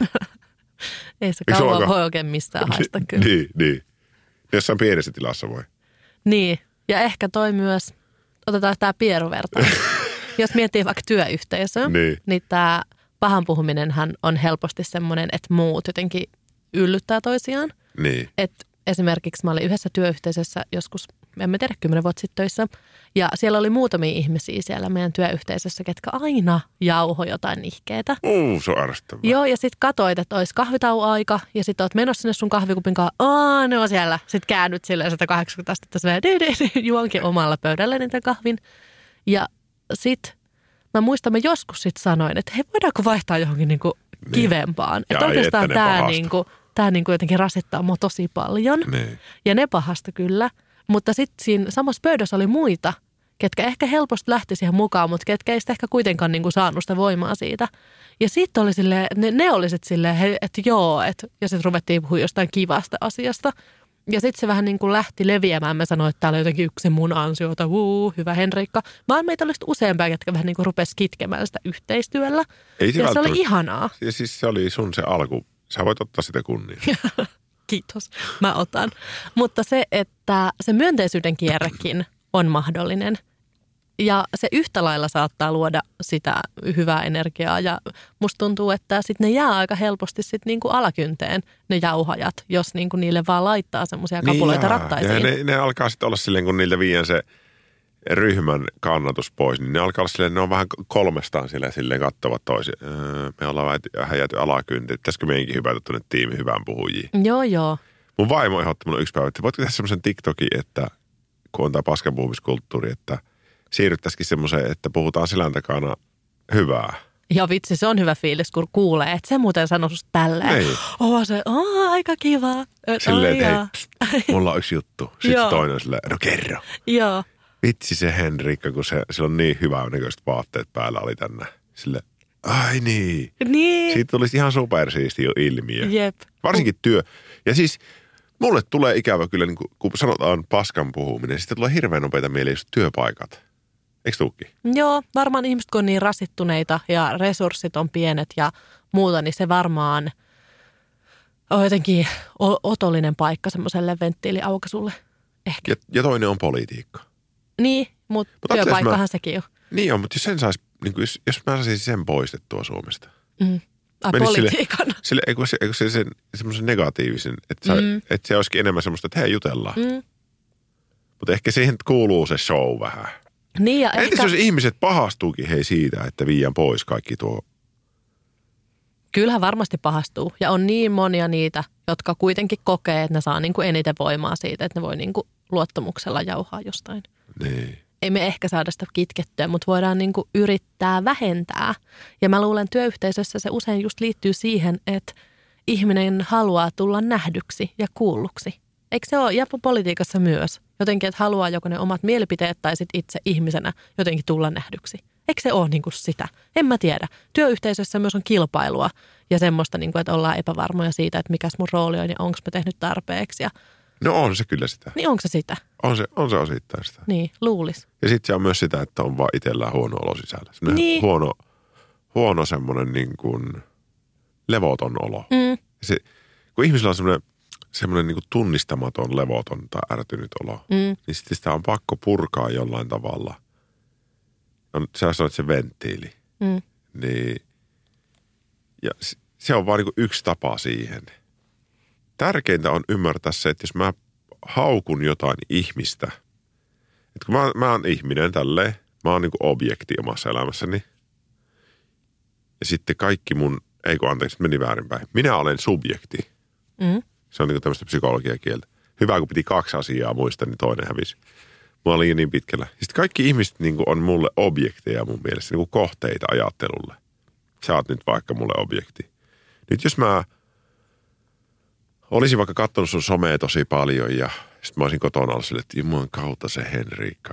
ei se Eikö se kauan aika- voi oikein mistään haista kyllä. Niin, niin. Jossain pienessä tilassa voi. Niin, ja ehkä toi myös, otetaan tämä pieruvertaus. Jos miettii vaikka työyhteisöä, Niin. niin tämä pahan puhuminenhan on helposti semmoinen, että muut jotenkin yllyttää toisiaan. Niin. Et esimerkiksi mä olin yhdessä työyhteisössä joskus, en mä tiedä, kymmenen vuotta sitten töissä. Ja siellä oli muutamia ihmisiä siellä meidän työyhteisössä, ketkä aina jauho jotain nihkeetä. Uu, se on ärsyttävää. Joo, ja sitten katsoit, että olisi kahvitauon-aika, ja sitten oot menossa sinne sun kahvikupin kanssa, aah, ne on siellä. Sitten käännyt silleen sata kahdeksankymmentä astetta silleen, di, di, di, juonkin omalla pöydällä niitä kahvin. Ja sitten mä muistan, mä joskus sitten sanoin, että hei, voidaanko vaihtaa johonkin niinku Niin. kivempaan. Ja Että ai, oikeastaan että ne tämä pahasta. niinku, tää niinku jotenkin rasittaa mua tosi paljon. Niin. Ja ne pahasta kyllä. Mutta sitten siinä samassa pöydässä oli muita, ketkä ehkä helposti lähti siihen mukaan, mutta ketkä ei sitä ehkä kuitenkaan niinku saanut sitä voimaa siitä. Ja sitten oli silleen, ne, ne oli sitten silleen, he- että joo, et, ja sitten ruvettiin puhua jostain kivasta asiasta. Ja sitten se vähän niin kuin lähti leviämään. Mä sanoin, että täällä on jotenkin yksi mun ansiota, vuu, hyvä Henriikka. Vaan meitä oli sitten useampia, ketkä vähän niin kuin rupesi kitkemään sitä yhteistyöllä. Ei se Ja se oli välttämättä- ihanaa. Ja siis se oli sun se alku. Sä voit ottaa sitä kunnia. Kiitos, mä otan. Mutta se, että se myönteisyyden kierrekin on mahdollinen. Ja se yhtä lailla saattaa luoda sitä hyvää energiaa. Ja musta tuntuu, että sitten ne jää aika helposti sit niinku alakynteen, ne jauhajat, jos niinku niille vaan laittaa semmoisia kapuloita jaa. rattaisiin. Ja ne, ne alkaa sitten olla silleen, kun niiltä viien se ryhmän kannatus pois, niin ne alkaa olla silleen, ne on vähän kolmestaan silleen, silleen kattovat toisia. Öö, me ollaan vähän jääty alakynteen. Pitäisikö meidänkin hypätä tuonne tiimi hyvään puhujiin? Joo, joo. Mun vaimo ehdotti mulle yksi päivä, että voitko tehdä semmoisen TikTokin, että kun on tämä paskanpuhumiskulttuuri, että siirryttäisikin semmoiseen, että puhutaan selän takana hyvää. Ja vitsi, se on hyvä fiilis, kun kuulee, että se muuten sanoo susta tälleen. Niin. Oh, se, oh, aika kiva. Silleen, oh, että hei, pst, mulla on yksi juttu. Sitten toinen on silleen, no kerro. Joo. Vitsi se Henrikka, kun se, sillä on niin hyvä näköiset vaatteet päällä oli tänne. Silleen, ai niin. Niin. Siitä tulisi ihan supersiisti jo ilmiö. Jep. Varsinkin työ. Ja siis mulle tulee ikävä kyllä, niin kun, kun sanotaan paskan puhuminen, sitten tulee hirveän nopeita mieleen just työpaikat. Eikö tuukin? Joo, varmaan ihmiset kun on niin rasittuneita ja resurssit on pienet ja muuta, niin se varmaan on jotenkin otollinen paikka semmoiselle venttiiliaukaisulle ehkä. Ja, ja toinen on politiikka. Niin, mutta mut työpaikkahan mä, sekin on. Niin on, mutta jos sen sais, niin kuin jos, jos mä saisin sen poistettua Suomesta. Mm. Ah, politiikan. Sille, sille, eikö se, eikö se sen semmoisen negatiivisen, että, mm. sä, että se olisikin enemmän semmoista, että hei jutellaan. Mm. Mutta ehkä siihen kuuluu se show vähän. Niin ja entäs ehkä jos ihmiset pahastuukin hei siitä, että viiän pois kaikki tuo? Kyllähän varmasti pahastuu. Ja on niin monia niitä, jotka kuitenkin kokee, että ne saa niin kuin eniten voimaa siitä, että ne voi niin kuin luottamuksella jauhaa jostain. Niin. Ei me ehkä saada sitä kitkettyä, mutta voidaan niin kuin yrittää vähentää. Ja mä luulen työyhteisössä se usein just liittyy siihen, että ihminen haluaa tulla nähdyksi ja kuulluksi. Eikö se ole? Ja politiikassa myös. Jotenkin, että haluaa joko ne omat mielipiteet tai sit itse ihmisenä jotenkin tulla nähdyksi. Eikö se ole niin kuin sitä? En mä tiedä. Työyhteisössä myös on kilpailua ja semmoista, niin kuin, että ollaan epävarmoja siitä, että mikäs mun rooli on ja onko mä tehnyt tarpeeksi. Ja no on se kyllä sitä. niin onko se sitä? On se, on se osittain sitä. Niin, luulis. Ja sitten se on myös sitä, että on vaan itsellään huono olo sisällä. Niin. Huono, huono semmoinen niin kuin levoton olo. Mm. Se, kun ihmisellä on semmoinen, semmoinen niin kuin tunnistamaton, levoton tai ärtynyt olo, mm. niin sitten sitä on pakko purkaa jollain tavalla. On, sä sanoit se venttiili. Mm. Niin, ja se on vaan niin kuin yksi tapa siihen. Tärkeintä on ymmärtää se, että jos mä haukun jotain ihmistä, että kun mä, mä oon ihminen tälleen, mä oon niin kuin objekti omassa elämässäni, ja sitten kaikki mun, ei kun anteeksi, meni väärinpäin, minä olen subjekti. Mm. Se on niin kuin tämmöistä psykologiakieltä. Hyvä, kun piti kaksi asiaa muistaa, niin toinen hävisi. Mä olin niin pitkällä. Sitten kaikki ihmiset niin kuin on mulle objekteja mun mielestä, niin kuin kohteita ajattelulle. Sä oot nyt vaikka mulle objekti. Nyt jos mä olisin vaikka katsonut sun somea tosi paljon ja sitten mä olisin kotona ollut sille, että Jumalan kautta se Henrikka.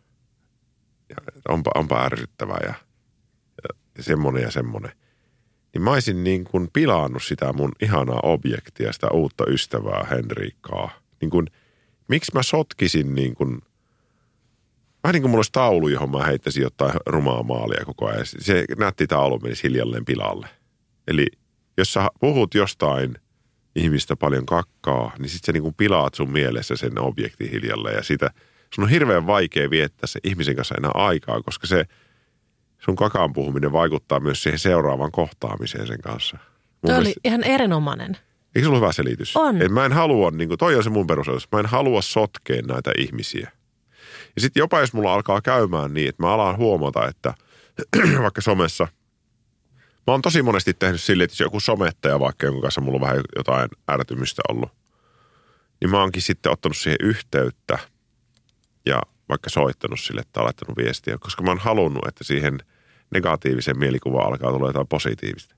Ja onpa, onpa ärsyttävää ja, ja semmonen ja semmonen. Niin mä olisin niin kuin pilannut sitä mun ihanaa objektia, sitä uutta ystävää Henrikkaa. Niin kuin, miksi mä sotkisin niin kuin, vähän niin kuin mulla olisi taulu, johon mä heittäisin jotain rumaa maalia koko ajan. Se nätti taulu menisi hiljalleen pilalle. Eli jos sä puhut jostain ihmistä paljon kakkaa, niin sit sä niin kuin pilaat sun mielessä sen objektin hiljalleen. Ja sitä sun on hirveän vaikea viettää se ihmisen kanssa enää aikaa, koska se sun kakaan puhuminen vaikuttaa myös siihen seuraavaan kohtaamiseen sen kanssa. Mun Toi oli mielestä, ihan erinomainen. eikö se ollut hyvä selitys? On. Et mä en halua, niin kuin, toi on se mun perusajatus, mä en halua sotkea näitä ihmisiä. Ja sitten jopa jos mulla alkaa käymään niin, että mä alan huomata, että vaikka somessa, mä oon tosi monesti tehnyt silleen, että jos joku somettaja vaikka, jonka kanssa mulla on vähän jotain ärtymystä ollut, niin mä oonkin sitten ottanut siihen yhteyttä ja vaikka soittanut sille tai laittanut viestiä, koska mä oon halunnut, että siihen negatiivisen mielikuvaan alkaa tulla jotain positiivista.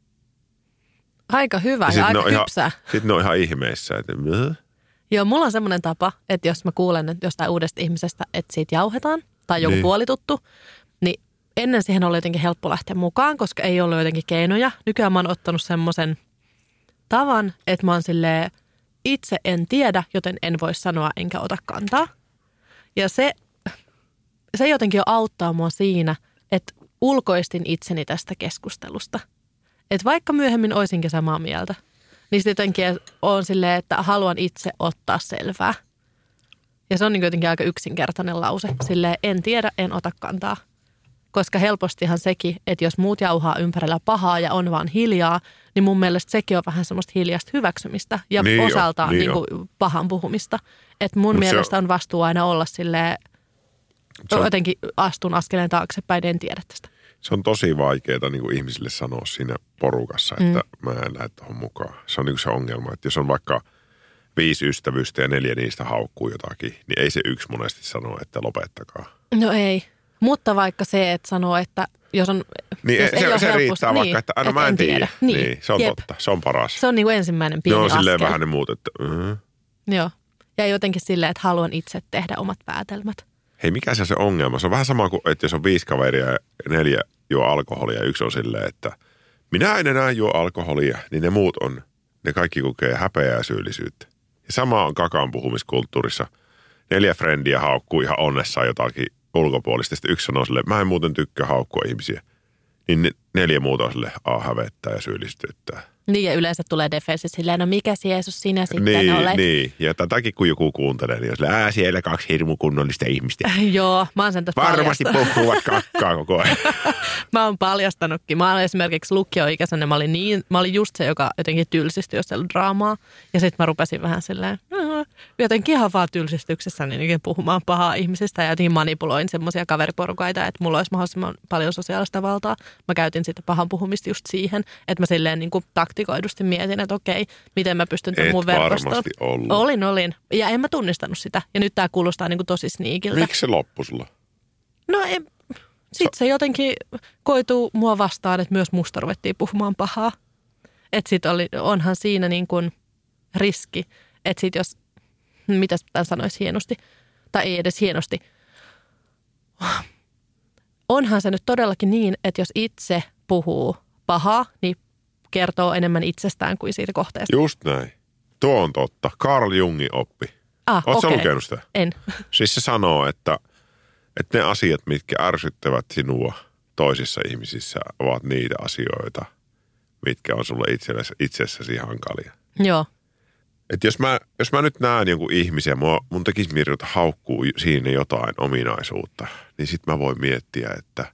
Aika hyvä ja, ja aika hypsä. Sitten ne on ihan ihmeissä, että Mäh? Joo, mulla on semmoinen tapa, että jos mä kuulen jostain uudesta ihmisestä, että siitä jauhetaan tai joku niin. puolituttu, niin ennen siihen oli jotenkin helppo lähteä mukaan, koska ei ollut jotenkin keinoja. Nykyään mä oon ottanut semmoisen tavan, että mä oon silleen, itse en tiedä, joten en voi sanoa enkä ota kantaa. Ja se, se jotenkin jo auttaa mua siinä, että ulkoistin itseni tästä keskustelusta. Että vaikka myöhemmin olisinkin samaa mieltä, niin sitten jotenkin on silleen, että haluan itse ottaa selvää. Ja se on niin jotenkin aika yksinkertainen lause. Silleen en tiedä, en ota kantaa. Koska helpostihan sekin, että jos muut jauhaa ympärillä pahaa ja on vaan hiljaa, niin mun mielestä sekin on vähän semmoista hiljaista hyväksymistä ja niin osaltaan jo, niin niin kuin pahan puhumista. Että mun Mut mielestä on... on vastuu aina olla silleen, on... jotenkin astun askeleen taaksepäin, en tiedä tästä. Se on tosi vaikeaa niin kuin ihmisille sanoa siinä porukassa, että mm. mä en lähde tuohon mukaan. Se on niin kuin se ongelma, että jos on vaikka viisi ystävystä ja neljä niistä haukkuu jotakin, niin ei se yksi monesti sano, että lopettakaa. No ei. Mutta vaikka se, että sanoo, että jos on... Niin jos se, ei se, ole se helppo, riittää niin, vaikka, että aina et mä en, en tiedä. tiedä. Niin, Niin, se on jep. totta, se on paras. Se on niin kuin ensimmäinen pieni ne on askel. silleen vähän ne muut, että... Uh-huh. Joo. Ja jotenkin silleen, että haluan itse tehdä omat päätelmät. Hei, mikä se on se ongelma? Se on vähän sama kuin, että jos on viisi kaveria ja neljä juo alkoholia ja yksi on silleen, että minä en enää juo alkoholia, niin ne muut on, ne kaikki kokee häpeää ja syyllisyyttä. Ja sama on kakaan puhumiskulttuurissa. Neljä frendiä haukkuu ihan onnessaan jotakin ulkopuolista. Sitten yksi sanoo silleen, mä en muuten tykkää haukkua ihmisiä. Niin ne neljä muuta on silleen, a, hävettää ja syyllistyttää. Niin ja yleensä tulee defensi silleen, no mikä Jeesus sinä sitten niin, olet? Niin, ja tätäkin kun joku kuuntelee, niin on silleen, ää siellä kaksi hirmukunnollista ihmistä. Joo, mä oon sen tässä varmasti puhuvat kakkaa koko ajan. Mä oon paljastanutkin. Mä olen esimerkiksi lukioikäisenä, mä olin, niin, mä olin just se, joka jotenkin tylsistyi, jos ei ollut draamaa. Ja sitten mä rupesin vähän silleen, jotenkin ihan vaan tylsistyksessä niin puhumaan pahaa ihmisistä ja jotenkin manipuloin semmoisia kaveriporukaita, että mulla olisi mahdollisimman paljon sosiaalista valtaa. Mä käytin sitä pahan puhumista just siihen, että mä silleen niin kuin taktikoidusti mietin, että okei, miten mä pystyn tämän mun verkostoon. varmasti ollut. Olin, olin. Ja en mä tunnistanut sitä. Ja nyt tää kuulostaa niin kuin tosi sniikiltä. Miksi se loppui sulla? No ei, sit se jotenkin koituu mua vastaan, että myös musta ruvettiin puhumaan pahaa. Että sit oli, onhan siinä niin kuin riski, että sit jos, mitäs tämän sanoisi hienosti, tai ei edes hienosti. Onhan se nyt todellakin niin, että jos itse puhuu pahaa, niin kertoo enemmän itsestään kuin siitä kohteesta. Just näin. Tuo on totta. Carl Jungin oppi. Ah, Oletko okay. lukenut sitä? En. Siis se sanoo, että, että ne asiat, mitkä ärsyttävät sinua toisissa ihmisissä, ovat niitä asioita, mitkä on sulle itsellesi, itsessäsi hankalia. Joo. Että jos mä, jos mä nyt näen jonkun ihmisen, mun, mun tekisi mieli, että haukkuu siinä jotain ominaisuutta, niin sit mä voin miettiä, että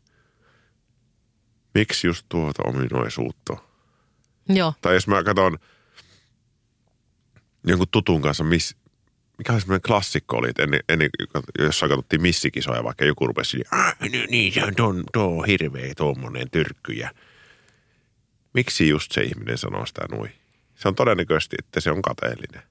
miksi just tuota ominaisuutta. Joo. Tai jos mä katson jonkun tutun kanssa, miss, mikä on semmoinen klassikko oli, että ennen, ennen jossain katsottiin missikisoja, vaikka joku rupesi niin, niin se on tuo, tuo hirveä tuommoinen tyrkky. Ja miksi just se ihminen sanoo sitä noin? Se on todennäköisesti, että se on kateellinen.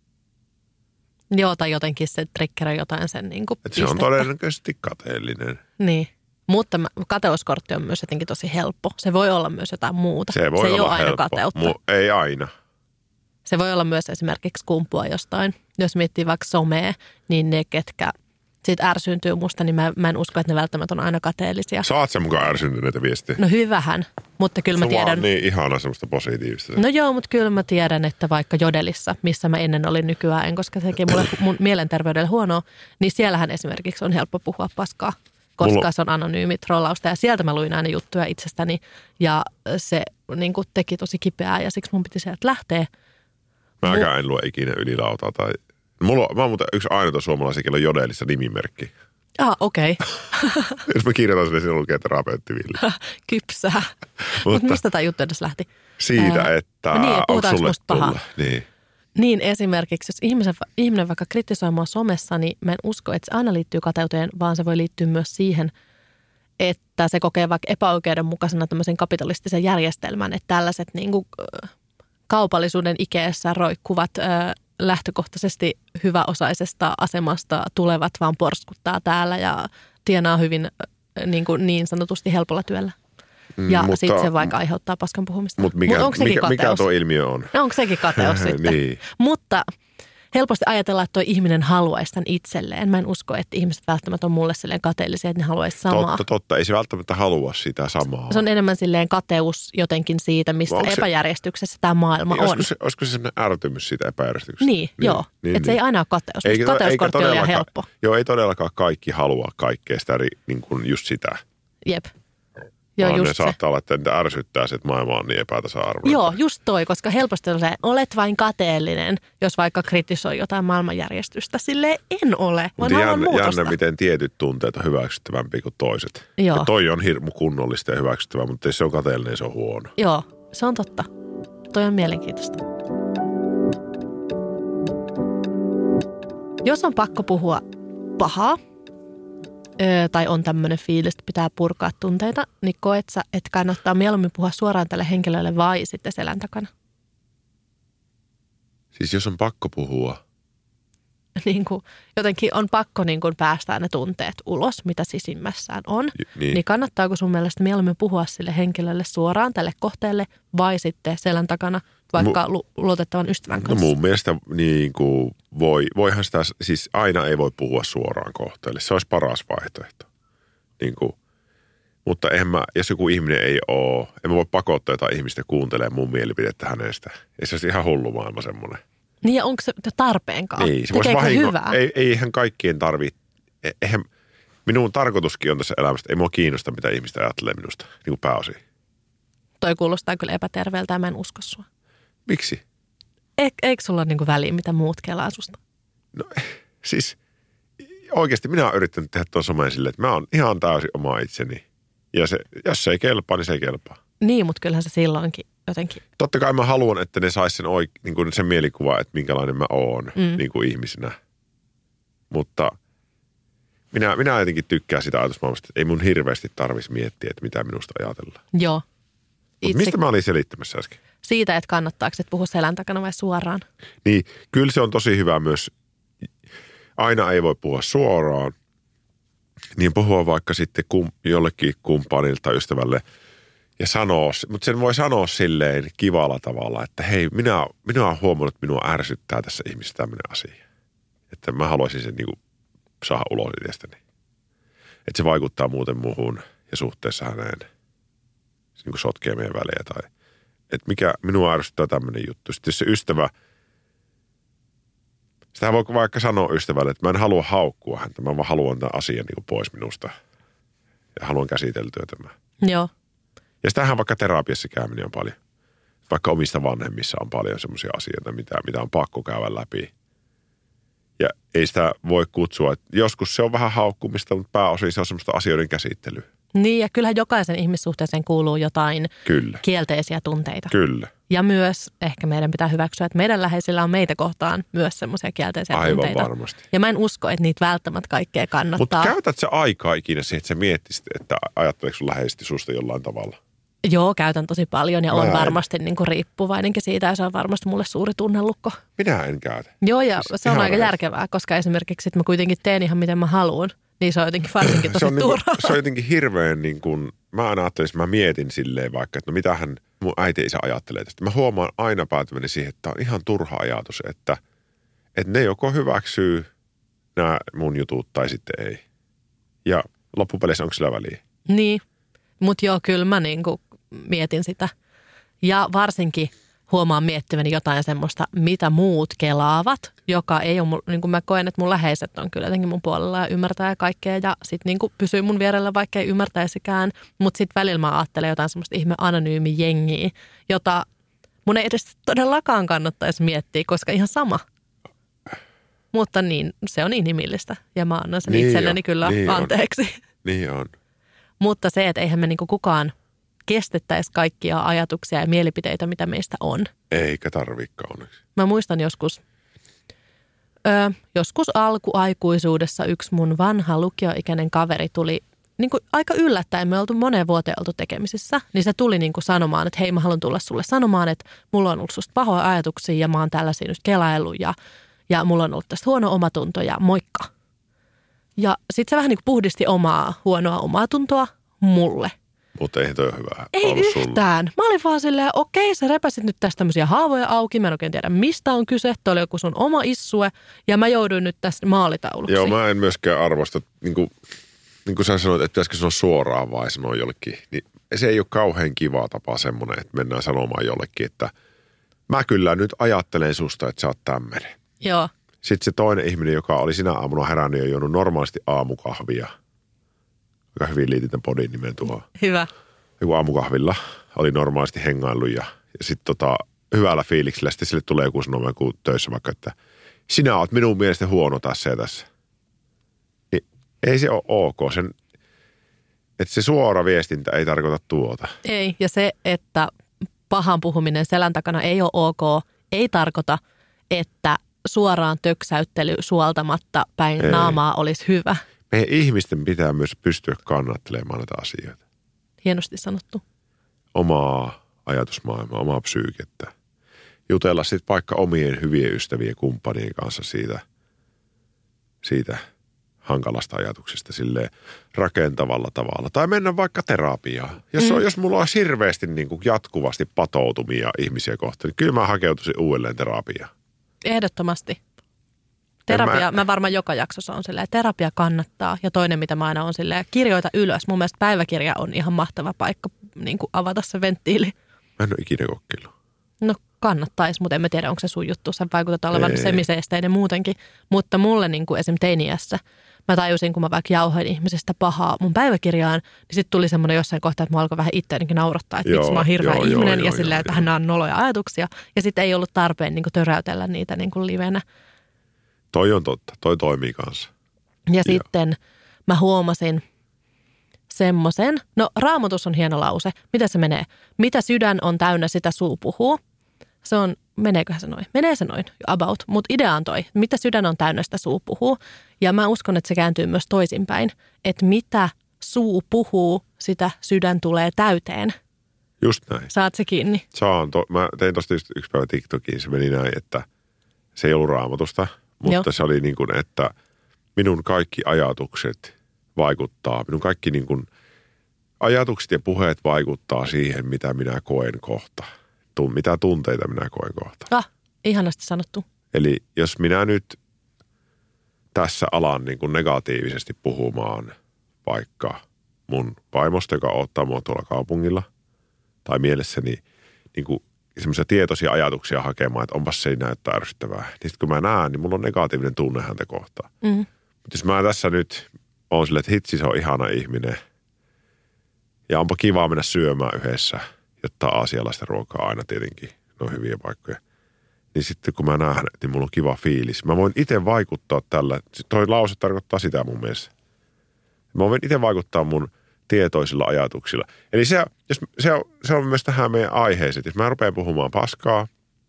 Joo, tai jotenkin se triggerää jotain sen niin kuin että se on todennäköisesti kateellinen. Niin. Mutta kateuskortti on myös jotenkin tosi helppo. Se voi olla myös jotain muuta. Se, voi se ei olla ole aina helppo. kateutta. Mu- ei aina. Se voi olla myös esimerkiksi kumpua jostain. Jos miettii vaikka somea, niin ne, ketkä siitä ärsyyntyy musta, niin mä, mä en usko, että ne välttämättä on aina kateellisia. Saat sä mukaan ärsyntyneitä viestiä? No hyvähän, mutta kyllä mä se tiedän. Se on niin ihana semmoista positiivista. No joo, mutta kyllä mä tiedän, että vaikka Jodelissa, missä mä ennen olin nykyään, en koska se teki mulle mun mielenterveydelle huonoa, niin siellähän esimerkiksi on helppo puhua paskaa. Koska Mulla... se on anonyymi trollausta ja sieltä mä luin aina juttuja itsestäni ja se niin kuin teki tosi kipeää ja siksi mun piti sieltä lähteä. Mäkään Mu... en lue ikinä ylilautaa tai... Mulla on, mä oon muuten yksi ainoa suomalaisia, kello on Jodelissa nimimerkki. Ah, okei. Okay. Jos mä kirjoitan sille, siinä lukee terapeuttiville. Kypsää. Mutta Mut mistä tämä juttu edes lähti? Siitä, Ää, että niin, onko sulle paha? Niin. Niin esimerkiksi, jos ihmisen, ihminen vaikka kritisoi mua somessa, niin mä en usko, että se aina liittyy kateuteen, vaan se voi liittyä myös siihen, että se kokee vaikka epäoikeudenmukaisena tämmöisen kapitalistisen järjestelmän, että tällaiset niin kuin, kaupallisuuden ikeessä roikkuvat lähtökohtaisesti hyväosaisesta asemasta tulevat vaan porskuttaa täällä ja tienaa hyvin niin, kuin niin sanotusti helpolla työllä. Ja mm, sitten se vaikka aiheuttaa paskan puhumista. Mutta mikä, Mut mikä, mikä tuo ilmiö on? No onko sekin kateus sitten? Niin. Mutta helposti ajatellaan, että tuo ihminen haluaisi tämän itselleen. Mä en usko, että ihmiset välttämättä on mulle silleen kateellisia, että ne haluaisi samaa. Totta, totta. Ei se välttämättä halua sitä samaa. Se on enemmän silleen kateus jotenkin siitä, mistä se, epäjärjestyksessä tämä maailma niin, on. Olisiko se, olisiko se sellainen ärtymys siitä epäjärjestyksestä? Niin, niin joo. Niin, että niin. Se ei aina ole kateus. Eikä, kateuskortti on ihan helppo. Joo, ei todellakaan kaikki halua kaikkea sitä, niin kuin just sitä. Jep. Joo, vaan just ne se. saattaa olla, että niitä ärsyttää, että maailma on niin epätasa-arvoinen. Joo, just toi, koska helposti on se, olet vain kateellinen, jos vaikka kritisoi jotain maailmanjärjestystä. Silleen en ole, vaan haluan muutosta. Jännä, miten tietyt tunteet on hyväksyttävämpiä kuin toiset. Joo. Ja toi on hirmu kunnollista ja hyväksyttävää, mutta jos se on kateellinen, se on huono. Joo, se on totta. Toi on mielenkiintoista. Jos on pakko puhua pahaa, tai on tämmöinen fiilis, että pitää purkaa tunteita, niin koet sä, että kannattaa mieluummin puhua suoraan tälle henkilölle vai sitten selän takana? Siis jos on pakko puhua, niin kuin, jotenkin on pakko niin kuin päästää ne tunteet ulos, mitä sisimmässään on. Niin. niin kannattaako sun mielestä mieluummin puhua sille henkilölle suoraan, tälle kohteelle, vai sitten selän takana vaikka Mu- luotettavan ystävän kanssa? No mun mielestä niin kuin voi, voihan sitä, siis aina ei voi puhua suoraan kohteelle. Se olisi paras vaihtoehto. Niin kuin, mutta en mä, jos joku ihminen ei ole, en mä voi pakottaa jotain ihmistä kuuntelemaan mun mielipidettä hänestä. Ja se olisi ihan hullu maailma semmoinen. Niin ja onko se tarpeenkaan? Niin, se voisi vahingo, ei, eihän kaikkien tarvitse, eihän, minun tarkoituskin on tässä elämästä, ei mua kiinnosta mitä ihmistä ajattelee minusta, niin kuin pääosin. Toi kuulostaa kyllä epäterveeltä ja mä en usko sua. Miksi? E, eikö sulla ole niin kuin väliä, mitä muut kelaa susta? No siis oikeasti minä olen yrittänyt tehdä tuon someen silleen, että mä oon ihan täysin oma itseni. Ja se, jos se ei kelpaa, niin se ei kelpaa. Niin, mutta kyllähän se silloinkin jotenkin. Totta kai mä haluan, että ne sais sen, oik, niin kuin sen mielikuva, että minkälainen mä oon mm. niin kuin ihmisenä. Mutta minä, minä jotenkin tykkään sitä ajatusmaailmasta, että ei mun hirveästi tarvitsisi miettiä, että mitä minusta ajatellaan. Joo. Itse... Mistä mä olin selittämässä äsken? Siitä, että kannattaako et puhua selän takana vai suoraan. Niin, kyllä se on tosi hyvä myös. Aina ei voi puhua suoraan. Niin puhua vaikka sitten kum, jollekin kumppanilta, ystävälle ja sanoa, mutta sen voi sanoa silleen kivalla tavalla, että hei, minä, minä olen huomannut, että minua ärsyttää tässä ihmisessä tämmöinen asia. Että mä haluaisin sen niin kuin saada ulos itsestäni. Että se vaikuttaa muuten muuhun ja suhteessa häneen. Se niin kuin sotkee meidän väliä tai, että mikä minua ärsyttää tämmöinen juttu. Sitten jos se ystävä, sitä voi vaikka sanoa ystävälle, että mä en halua haukkua häntä, mä vaan haluan tämän asian niin kuin pois minusta. Ja haluan käsiteltyä tämä. Joo. Ja sitähän vaikka terapiassa käyminen on paljon. Vaikka omista vanhemmissa on paljon semmoisia asioita, mitä, mitä on pakko käydä läpi. Ja ei sitä voi kutsua, että joskus se on vähän haukkumista, mutta pääosin se on semmoista asioiden käsittelyä. Niin ja kyllähän jokaisen ihmissuhteeseen kuuluu jotain Kyllä. kielteisiä tunteita. Kyllä. Ja myös ehkä meidän pitää hyväksyä, että meidän läheisillä on meitä kohtaan myös semmoisia kielteisiä Aivan tunteita. Aivan varmasti. Ja mä en usko, että niitä välttämättä kaikkea kannattaa. Mutta käytät sä aikaa ikinä siihen, että sä miettisit, että ajatteleeko sun läheisesti susta jollain tavalla? Joo, käytän tosi paljon ja Mä on en. varmasti niin kuin riippuvainenkin siitä ja se on varmasti mulle suuri tunnelukko. Minä en käytä. Joo ja siis se on aika rehellisesti. järkevää, koska esimerkiksi että mä kuitenkin teen ihan miten mä haluan, niin se on jotenkin varsinkin tosi se, on turhaa. niin kuin, se on jotenkin hirveän niin kuin, mä aina ajattelin, että mä mietin silleen vaikka, että no mitähän mun äiti isä ajattelee tästä. Mä huomaan aina päätyväni siihen, että on ihan turha ajatus, että, että ne joko hyväksyy nämä mun jutut tai sitten ei. Ja loppupeleissä onko sillä väliä? Niin, mutta joo, kyllä mä niin kuin mietin sitä. Ja varsinkin huomaan miettiväni jotain semmoista, mitä muut kelaavat, joka ei ole, niin kuin mä koen, että mun läheiset on kyllä jotenkin mun puolella ja ymmärtää kaikkea ja sitten niin kuin pysyy mun vierellä, vaikka ei ymmärtäisikään. Mutta sitten välillä mä ajattelen jotain semmoista ihme anonyymi jengiä, jota mun ei edes todellakaan kannattaisi miettiä, koska ihan sama. Mutta niin, se on inhimillistä ja mä annan sen niin itselleni on, kyllä niin anteeksi. On. Niin on. Mutta se, että eihän me niinku kukaan kestettäisi kaikkia ajatuksia ja mielipiteitä, mitä meistä on. Eikä tarvikaan onneksi. Mä muistan joskus, ö, joskus alkuaikuisuudessa yksi mun vanha lukioikäinen kaveri tuli niin kuin aika yllättäen. Me oltu moneen vuoteen oltu tekemisissä, niin se tuli niin kuin sanomaan, että hei mä haluan tulla sulle sanomaan, että mulla on ollut susta pahoja ajatuksia ja mä oon tällaisia nyt kelaillut ja, ja mulla on ollut tästä huono omatunto ja moikka. Ja sit se vähän niin kuin puhdisti omaa huonoa omatuntoa mulle. Mutta eihän toi ole hyvä. Ei yhtään. Mä olin vaan silleen, okei, sä repäsit nyt tästä tämmöisiä haavoja auki. Mä en oikein tiedä, mistä on kyse. Toi oli joku sun oma issue. Ja mä jouduin nyt tästä maalitauluksi. Joo, mä en myöskään arvosta, niin kuin, niin kuin sä sanoit, että pitäisikö sanoa suoraan vai sanoa jollekin. Niin se ei ole kauhean kiva tapa semmoinen, että mennään sanomaan jollekin, että mä kyllä nyt ajattelen susta, että sä oot tämmöinen. Joo. Sitten se toinen ihminen, joka oli sinä aamuna herännyt ja juonut normaalisti aamukahvia. Aika hyvin liitin tämän podin nimen tuohon. Hyvä. Joku aamukahvilla oli normaalisti hengaillut ja, ja sitten tota, hyvällä fiiliksellä sitten sille tulee joku sanoma joku töissä vaikka, että sinä oot minun mielestä huono tässä ja tässä. Niin ei se ole ok. Sen, että se suora viestintä ei tarkoita tuota. Ei, ja se, että pahan puhuminen selän takana ei ole ok, ei tarkoita, että suoraan töksäyttely suoltamatta päin ei. naamaa olisi hyvä. Meidän ihmisten pitää myös pystyä kannattelemaan näitä asioita. Hienosti sanottu. Omaa ajatusmaailmaa, omaa psyykettä. Jutella sitten vaikka omien hyvien ystävien kumppanien kanssa siitä, siitä hankalasta ajatuksesta silleen rakentavalla tavalla. Tai mennä vaikka terapiaan. Jos, mm. on, jos mulla olisi hirveästi niin kuin jatkuvasti patoutumia ihmisiä kohtaan, niin kyllä mä hakeutuisin uudelleen terapiaan. Ehdottomasti. Terapia, mä... mä varmaan joka jaksossa on silleen, terapia kannattaa. Ja toinen, mitä mä aina on silleen, kirjoita ylös. Mun mielestä päiväkirja on ihan mahtava paikka niin kuin avata se venttiili. Mä en ole ikinä kokeillut. No kannattaisi, mutta en mä tiedä, onko se sun juttu. Sä vaikutat olevan semiseesteinen muutenkin. Mutta mulle niin kuin esim. Teiniässä, mä tajusin, kun mä vaikka jauhoin ihmisestä pahaa mun päiväkirjaan, niin sitten tuli semmoinen jossain kohtaa, että mä alkoi vähän itseänikin naurattaa, että vitsi mä oon hirveä joo, ihminen joo, ja joo, silleen, että hän on noloja ajatuksia. Ja sitten ei ollut tarpeen niin kuin töräytellä niitä niin kuin livenä. Toi on totta, toi toimii kanssa. Ja joo. Sitten mä huomasin semmoisen, no Raamatus on hieno lause, mitä se menee? Mitä sydän on täynnä, sitä suu puhuu. Se on, meneeköhän se noin? Menee se noin, about. Mutta idea on toi, mitä sydän on täynnä, sitä suu puhuu. Ja mä uskon, että se kääntyy myös toisinpäin. Että mitä suu puhuu, sitä sydän tulee täyteen. Just näin. Saat se kiinni? Saan. To, mä tein tosta just yksi päivä TikTokiin, se meni näin, että se ei ollut Raamatusta, mutta joo. Se oli niin kuin, että minun kaikki ajatukset vaikuttaa, minun kaikki niin kuin ajatukset ja puheet vaikuttaa siihen, mitä minä koen kohta. Mitä tunteita minä koen kohta. Ah, ihanasti sanottu. Eli jos minä nyt tässä alan niin kuin negatiivisesti puhumaan vaikka mun vaimosta, joka ottaa mua tuolla kaupungilla, tai mielessäni niin kuin semmoisia tietoisia ajatuksia hakemaan, että onpas se näyttää ärsyttävää. Niin sitten kun mä näen, niin mulla on negatiivinen tunne häntä kohtaan. Mm-hmm. Mutta jos mä tässä nyt on silleen, että hitsi, se on ihana ihminen, ja onpa kiva mennä syömään yhdessä, jotta aasialaista ruokaa aina tietenkin, ne on hyviä paikkoja. Niin sitten kun mä näen, niin mulla on kiva fiilis. Mä voin itse vaikuttaa tällä, toi lause tarkoittaa sitä mun mielestä. Mä voin itse vaikuttaa mun tietoisilla ajatuksilla. Eli se, jos, se, on, se on myös tähän meidän aiheeseen. Jos mä rupean puhumaan paskaa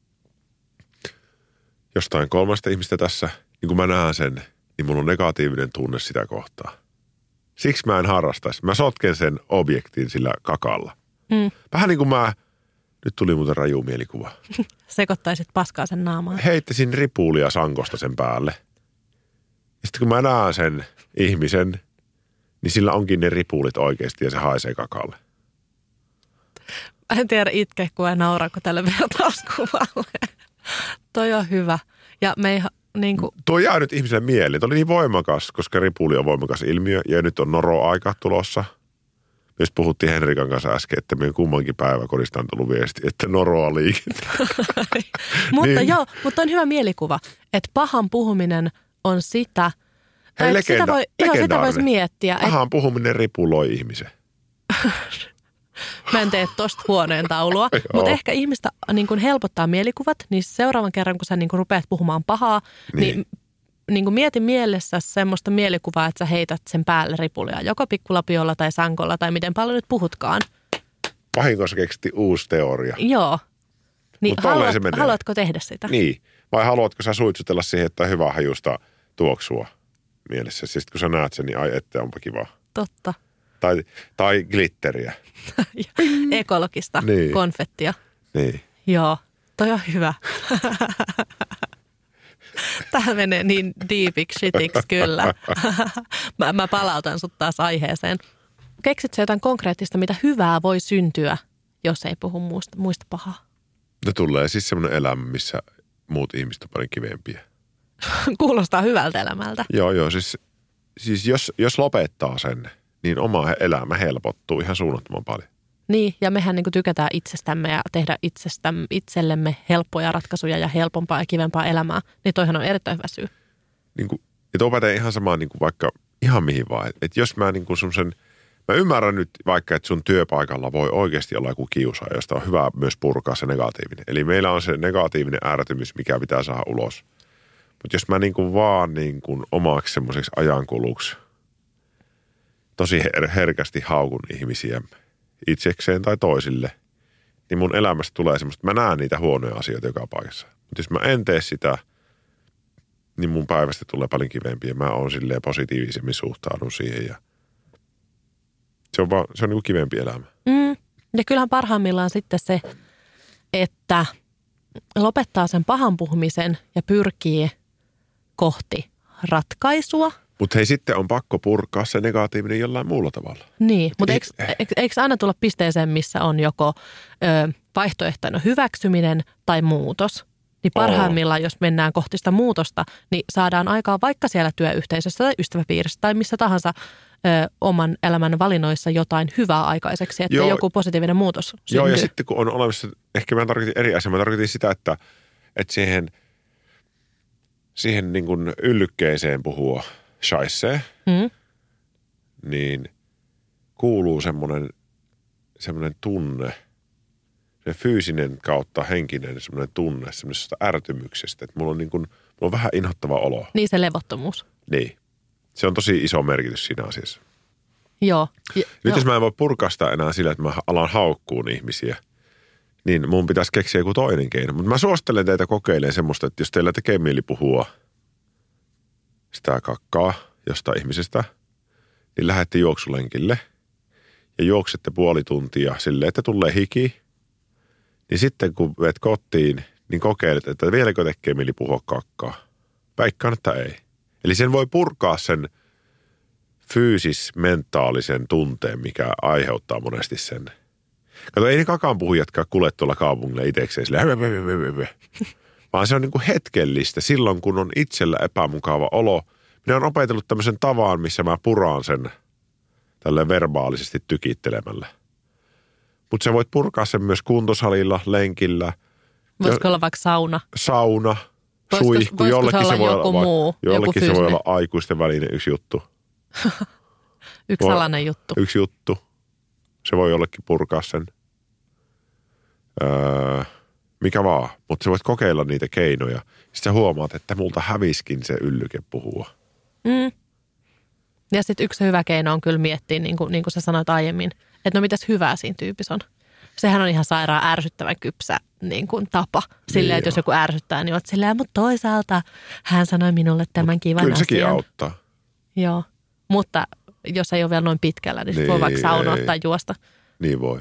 jostain kolmesta ihmistä tässä, niin kun mä näen sen, niin mulla on negatiivinen tunne sitä kohtaa. Siksi mä en harrastaisi. Mä sotken sen objektin sillä kakalla. Mm. Vähän niin kuin mä, nyt tuli muuten raju mielikuva. Sekoittaisit paskaa sen naamaan. Heittäisin ripulia sankosta sen päälle. Ja sitten kun mä näen sen ihmisen, niin sillä onkin ne ripulit oikeasti ja se haisee kakalle. Mä en tiedä itke, kun en nauraako tälle vertauskuvalle. Toi on hyvä. Ja me ei niin kuin... Tuo jää nyt ihmiselle mieleen. Tuo oli niin voimakas, koska ripuli on voimakas ilmiö ja nyt on noroaika tulossa. Myös puhuttiin Henrikan kanssa äsken, että meidän kummankin päiväkodista on tullut viesti, että noroa liikettä. Mutta niin. Joo, mutta on hyvä mielikuva, että pahan puhuminen on sitä, Hei, legenda, sitä, voi, joo, sitä voisi miettiä. Pahan et... puhuminen ripuloi ihmisen. Mä en tee tosta huoneen taulua, mutta ehkä ihmistä niin kun helpottaa mielikuvat, niin seuraavan kerran, kun sä niin kun rupeat puhumaan pahaa, niin, niin, niin kun mieti mielessä semmoista mielikuvaa, että sä heität sen päälle ripulia, joko pikkulapiolla tai sankolla tai miten paljon nyt puhutkaan. Vahingossa keksittiin uusi teoria. Joo. Niin haluat, haluatko tehdä sitä? Niin. Vai haluatko sä suitsutella siihen, että hyvää hajusta tuoksua mielessä? Sitten kun sä näet sen, niin ai ette, onpa kiva. Totta. Tai, tai glitteriä. Ekologista niin. Konfettia. Niin. Joo, toi on hyvä. Tämä menee niin deepiksi shitiksi kyllä. mä, mä palautan sut taas aiheeseen. Keksitkö jotain konkreettista, mitä hyvää voi syntyä, jos ei puhu muista, muista pahaa? No tulee siis semmoinen elämä, missä muut ihmiset on paljon kivempiä. Kuulostaa hyvältä elämältä. Joo, joo. Siis, siis jos, jos lopettaa sen, niin oma elämä helpottuu ihan suunnattoman paljon. Niin, ja mehän niin kuin tykätään itsestämme ja tehdä itsestämme, itsellemme helppoja ratkaisuja ja helpompaa ja kivempaa elämää. Niin toihan on erittäin hyvä syy. Niin kuin, ja tuo pätee ihan samaan niin kuin vaikka ihan mihin vaan. Että jos mä niin kuin semmoisen, mä ymmärrän nyt vaikka, että sun työpaikalla voi oikeasti olla joku kiusaaja, josta on hyvä myös purkaa se negatiivinen. Eli meillä on se negatiivinen ärtymys, mikä pitää saada ulos. Mutta jos mä niin kuin vaan niin kuin omaksi semmoiseksi ajankuluksi tosi her- herkästi haukun ihmisiä itsekseen tai toisille, niin mun elämästä tulee semmoista, mä näen niitä huonoja asioita joka paikassa. Mutta jos mä en tee sitä, niin mun päivästä tulee paljon kivempiä. Mä oon silleen positiivisemmin suhtaudun siihen ja se on vaan, se on niin kuin kivempi elämä. Mm. Ja kyllähän parhaimmillaan sitten se, että lopettaa sen pahan puhumisen ja pyrkii kohti ratkaisua. Mutta hei, sitten on pakko purkaa se negatiivinen jollain muulla tavalla. Niin, mutta eikö, eikö, eikö aina tulla pisteeseen, missä on joko ö, vaihtoehtoinen hyväksyminen tai muutos? Niin parhaimmillaan, jos mennään kohti sitä muutosta, niin saadaan aikaan vaikka siellä työyhteisössä tai ystäväpiirissä tai missä tahansa ö, oman elämän valinnoissa jotain hyvää aikaiseksi, että Joo. joku positiivinen muutos syntyy. Joo, ja sitten kun on olemassa, ehkä mä tarkoitin eri asiaa, mä tarkoitin sitä, että, että siihen, siihen niin kuin yllykkeeseen puhua shaissee, mm. niin kuuluu semmoinen, semmoinen tunne, se fyysinen kautta henkinen semmoinen tunne semmoisesta ärtymyksestä, että mulla on, niin kuin, mulla on vähän inhottava olo. Niin se levottomuus. Niin. Se on tosi iso merkitys siinä asiassa. Joo. Ja, Nyt no. jos mä en voi purkaa sitä enää sillä, että mä alan haukkuun ihmisiä, niin mun pitäisi keksiä joku toinen keino. Mutta mä suosittelen teitä kokeilemaan semmoista, että jos teillä tekee mieli puhua sitä kakkaa jostain ihmisestä, niin lähdette juoksulenkille ja juoksette puoli tuntia silleen, että tulee hiki. Niin sitten kun menet kotiin, niin kokeilet, että vieläkö tekee mieli puhua kakkaa. Väikkaan, että ei. Eli sen voi purkaa sen fyysis-mentaalisen tunteen, mikä aiheuttaa monesti sen. Kato, ei ne kakaan puhujatkaan kulje tuolla kaupungilla itsekseen silleen, vaan se on niin kuin hetkellistä silloin, kun on itsellä epämukava olo. Minä olen opetellut tämmöisen tavan, missä mä puraan sen tälleen verbaalisesti tykittelemällä. Mutta sä voit purkaa sen myös kuntosalilla, lenkillä. Voisiko jo, olla vaikka sauna? Sauna, voisiko, suihku. Voisiko jollekin se olla se voi joku olla, muu? Jollekin joku se voi olla aikuisten välinen yksi juttu. yksi voi, salainen juttu. Yksi juttu. Se voi jollekin purkaa sen. Öö, mikä vaan. Mutta sä voit kokeilla niitä keinoja. Sitten sä huomaat, että multa häviskin se yllyke puhua. Mm. Ja sitten yksi hyvä keino on kyllä miettiä, niin kuin, niin kuin sä sanoit aiemmin, että no mitäs hyvää siinä tyypissä on. Sehän on ihan sairaan ärsyttävän kypsä niin kuin tapa. Silleen, niin että jos joku ärsyttää, niin oot silleen, mutta toisaalta hän sanoi minulle tämän kivan kyllä asian. Kyllä sekin auttaa. Joo, mutta jos ei ole vielä noin pitkällä, niin, niin voi vaikka saunoa tai juosta. Niin voi.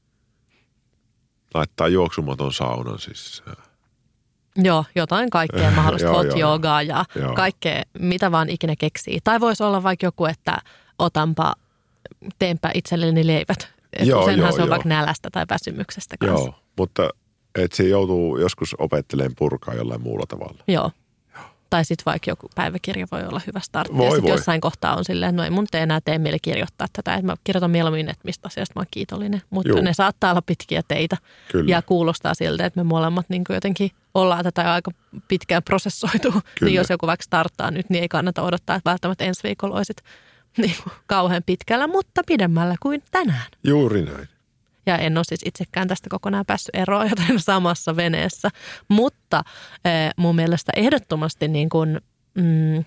Laittaa juoksumaton saunan sisään. Joo, jotain kaikkea mahdollista, hot joogaa ja joo. kaikkea, mitä vaan ikinä keksii. Tai voisi olla vaikka joku, että otanpa, teenpä itselleni leivät. Joo, Senhän joo, se on joo. vaikka nälästä tai väsymyksestä kanssa. Joo, mutta että se joutuu joskus opettelemaan purkaa jollain muulla tavalla. Joo. Tai sitten vaikka joku päiväkirja voi olla hyvä startti. Voi, ja sitten voi. jossain kohtaa on silleen, no ei mun tee enää tee mieli kirjoittaa tätä. Et mä kirjoitan mieluummin, että mistä asiasta mä oon kiitollinen. Mutta Juu. ne saattaa olla pitkiä teitä. Kyllä. Ja kuulostaa siltä, että me molemmat niin jotenkin ollaan tätä aika pitkään prosessoitu. Niin jos joku vaikka starttaa nyt, niin ei kannata odottaa, että välttämättä ensi viikolla olisit niin kauhean pitkällä, mutta pidemmällä kuin tänään. Juuri näin. Ja en ole siis itsekään tästä kokonaan päässyt eroon, joten samassa veneessä. Mutta eh, mun mielestä ehdottomasti niin kuin, mm,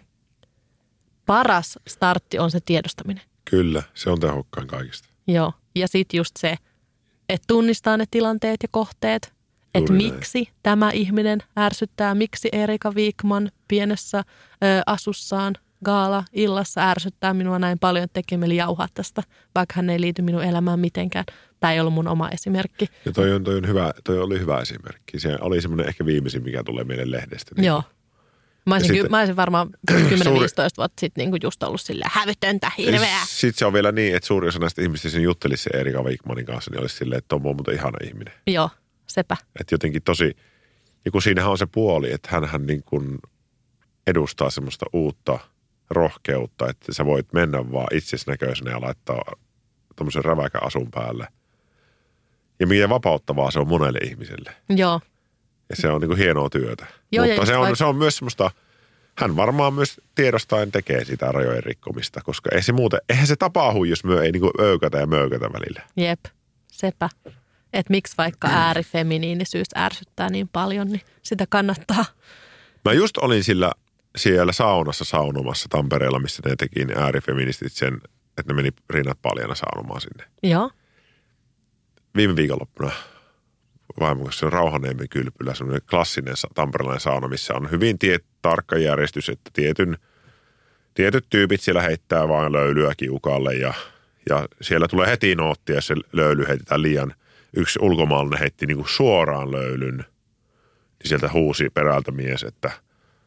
paras startti on se tiedostaminen. Kyllä, se on tehokkain kaikista. Joo, ja sitten just se, että tunnistaa ne tilanteet ja kohteet. Että miksi tämä ihminen ärsyttää, miksi Erika Wikman pienessä ö, asussaan gaala-illassa ärsyttää minua näin paljon, että tekee mieli jauhaa tästä, vaikka hän ei liity minun elämään mitenkään. Tämä ei ollut mun oma esimerkki. Ja toi, on, toi, on hyvä, toi oli hyvä esimerkki. Se oli semmoinen ehkä viimeisin, mikä tulee meille lehdestä. Niin joo. Mä olisin, sitten, mä olisin varmaan kymmenen viisitoista vuotta sitten niin just ollut silleen hävytöntä, hirveä. Sitten se on vielä niin, että suuri osa näistä ihmistä sen juttelisi se Erika Wikmanin kanssa, niin olisi silleen, että Tom on muuten ihana ihminen. Joo, sepä. Että jotenkin tosi, ja kun siinähän on se puoli, että hänhän niin kuin edustaa semmoista uutta rohkeutta, että sä voit mennä vaan itsesnäköisenä ja laittaa tommosen räväkän asun päälle. Ja miten vapauttavaa se on monelle ihmiselle. Joo. Ja se on niin kuin hienoa työtä. Joo, mutta se on, vaikka... se on myös semmoista, hän varmaan myös tiedostaen tekee sitä rajojen rikkomista, koska ei se muuten, eihän se tapahdu, jos me ei niin kuin öykätä ja möykätä välillä. Jep, sepä. Että miksi vaikka äärifeminiinisyys ärsyttää niin paljon, niin sitä kannattaa. Mä just olin sillä siellä saunassa saunomassa Tampereella, missä ne teki ne äärifeministit sen, että ne meni rinnat paljana saunomaan sinne. Joo. Viime viikonloppuna vaimon kanssa se on Rauhaniemen kylpylä, semmoinen klassinen tamperelainen sauna, missä on hyvin tie, tarkka järjestys, että tietyn, tietyt tyypit siellä heittää vaan löylyä kiukalle ja, ja siellä tulee heti noottia, jos se löyly heitetään liian. Yksi ulkomaalainen heitti niin kuin suoraan löylyn, niin sieltä huusi perältä mies, että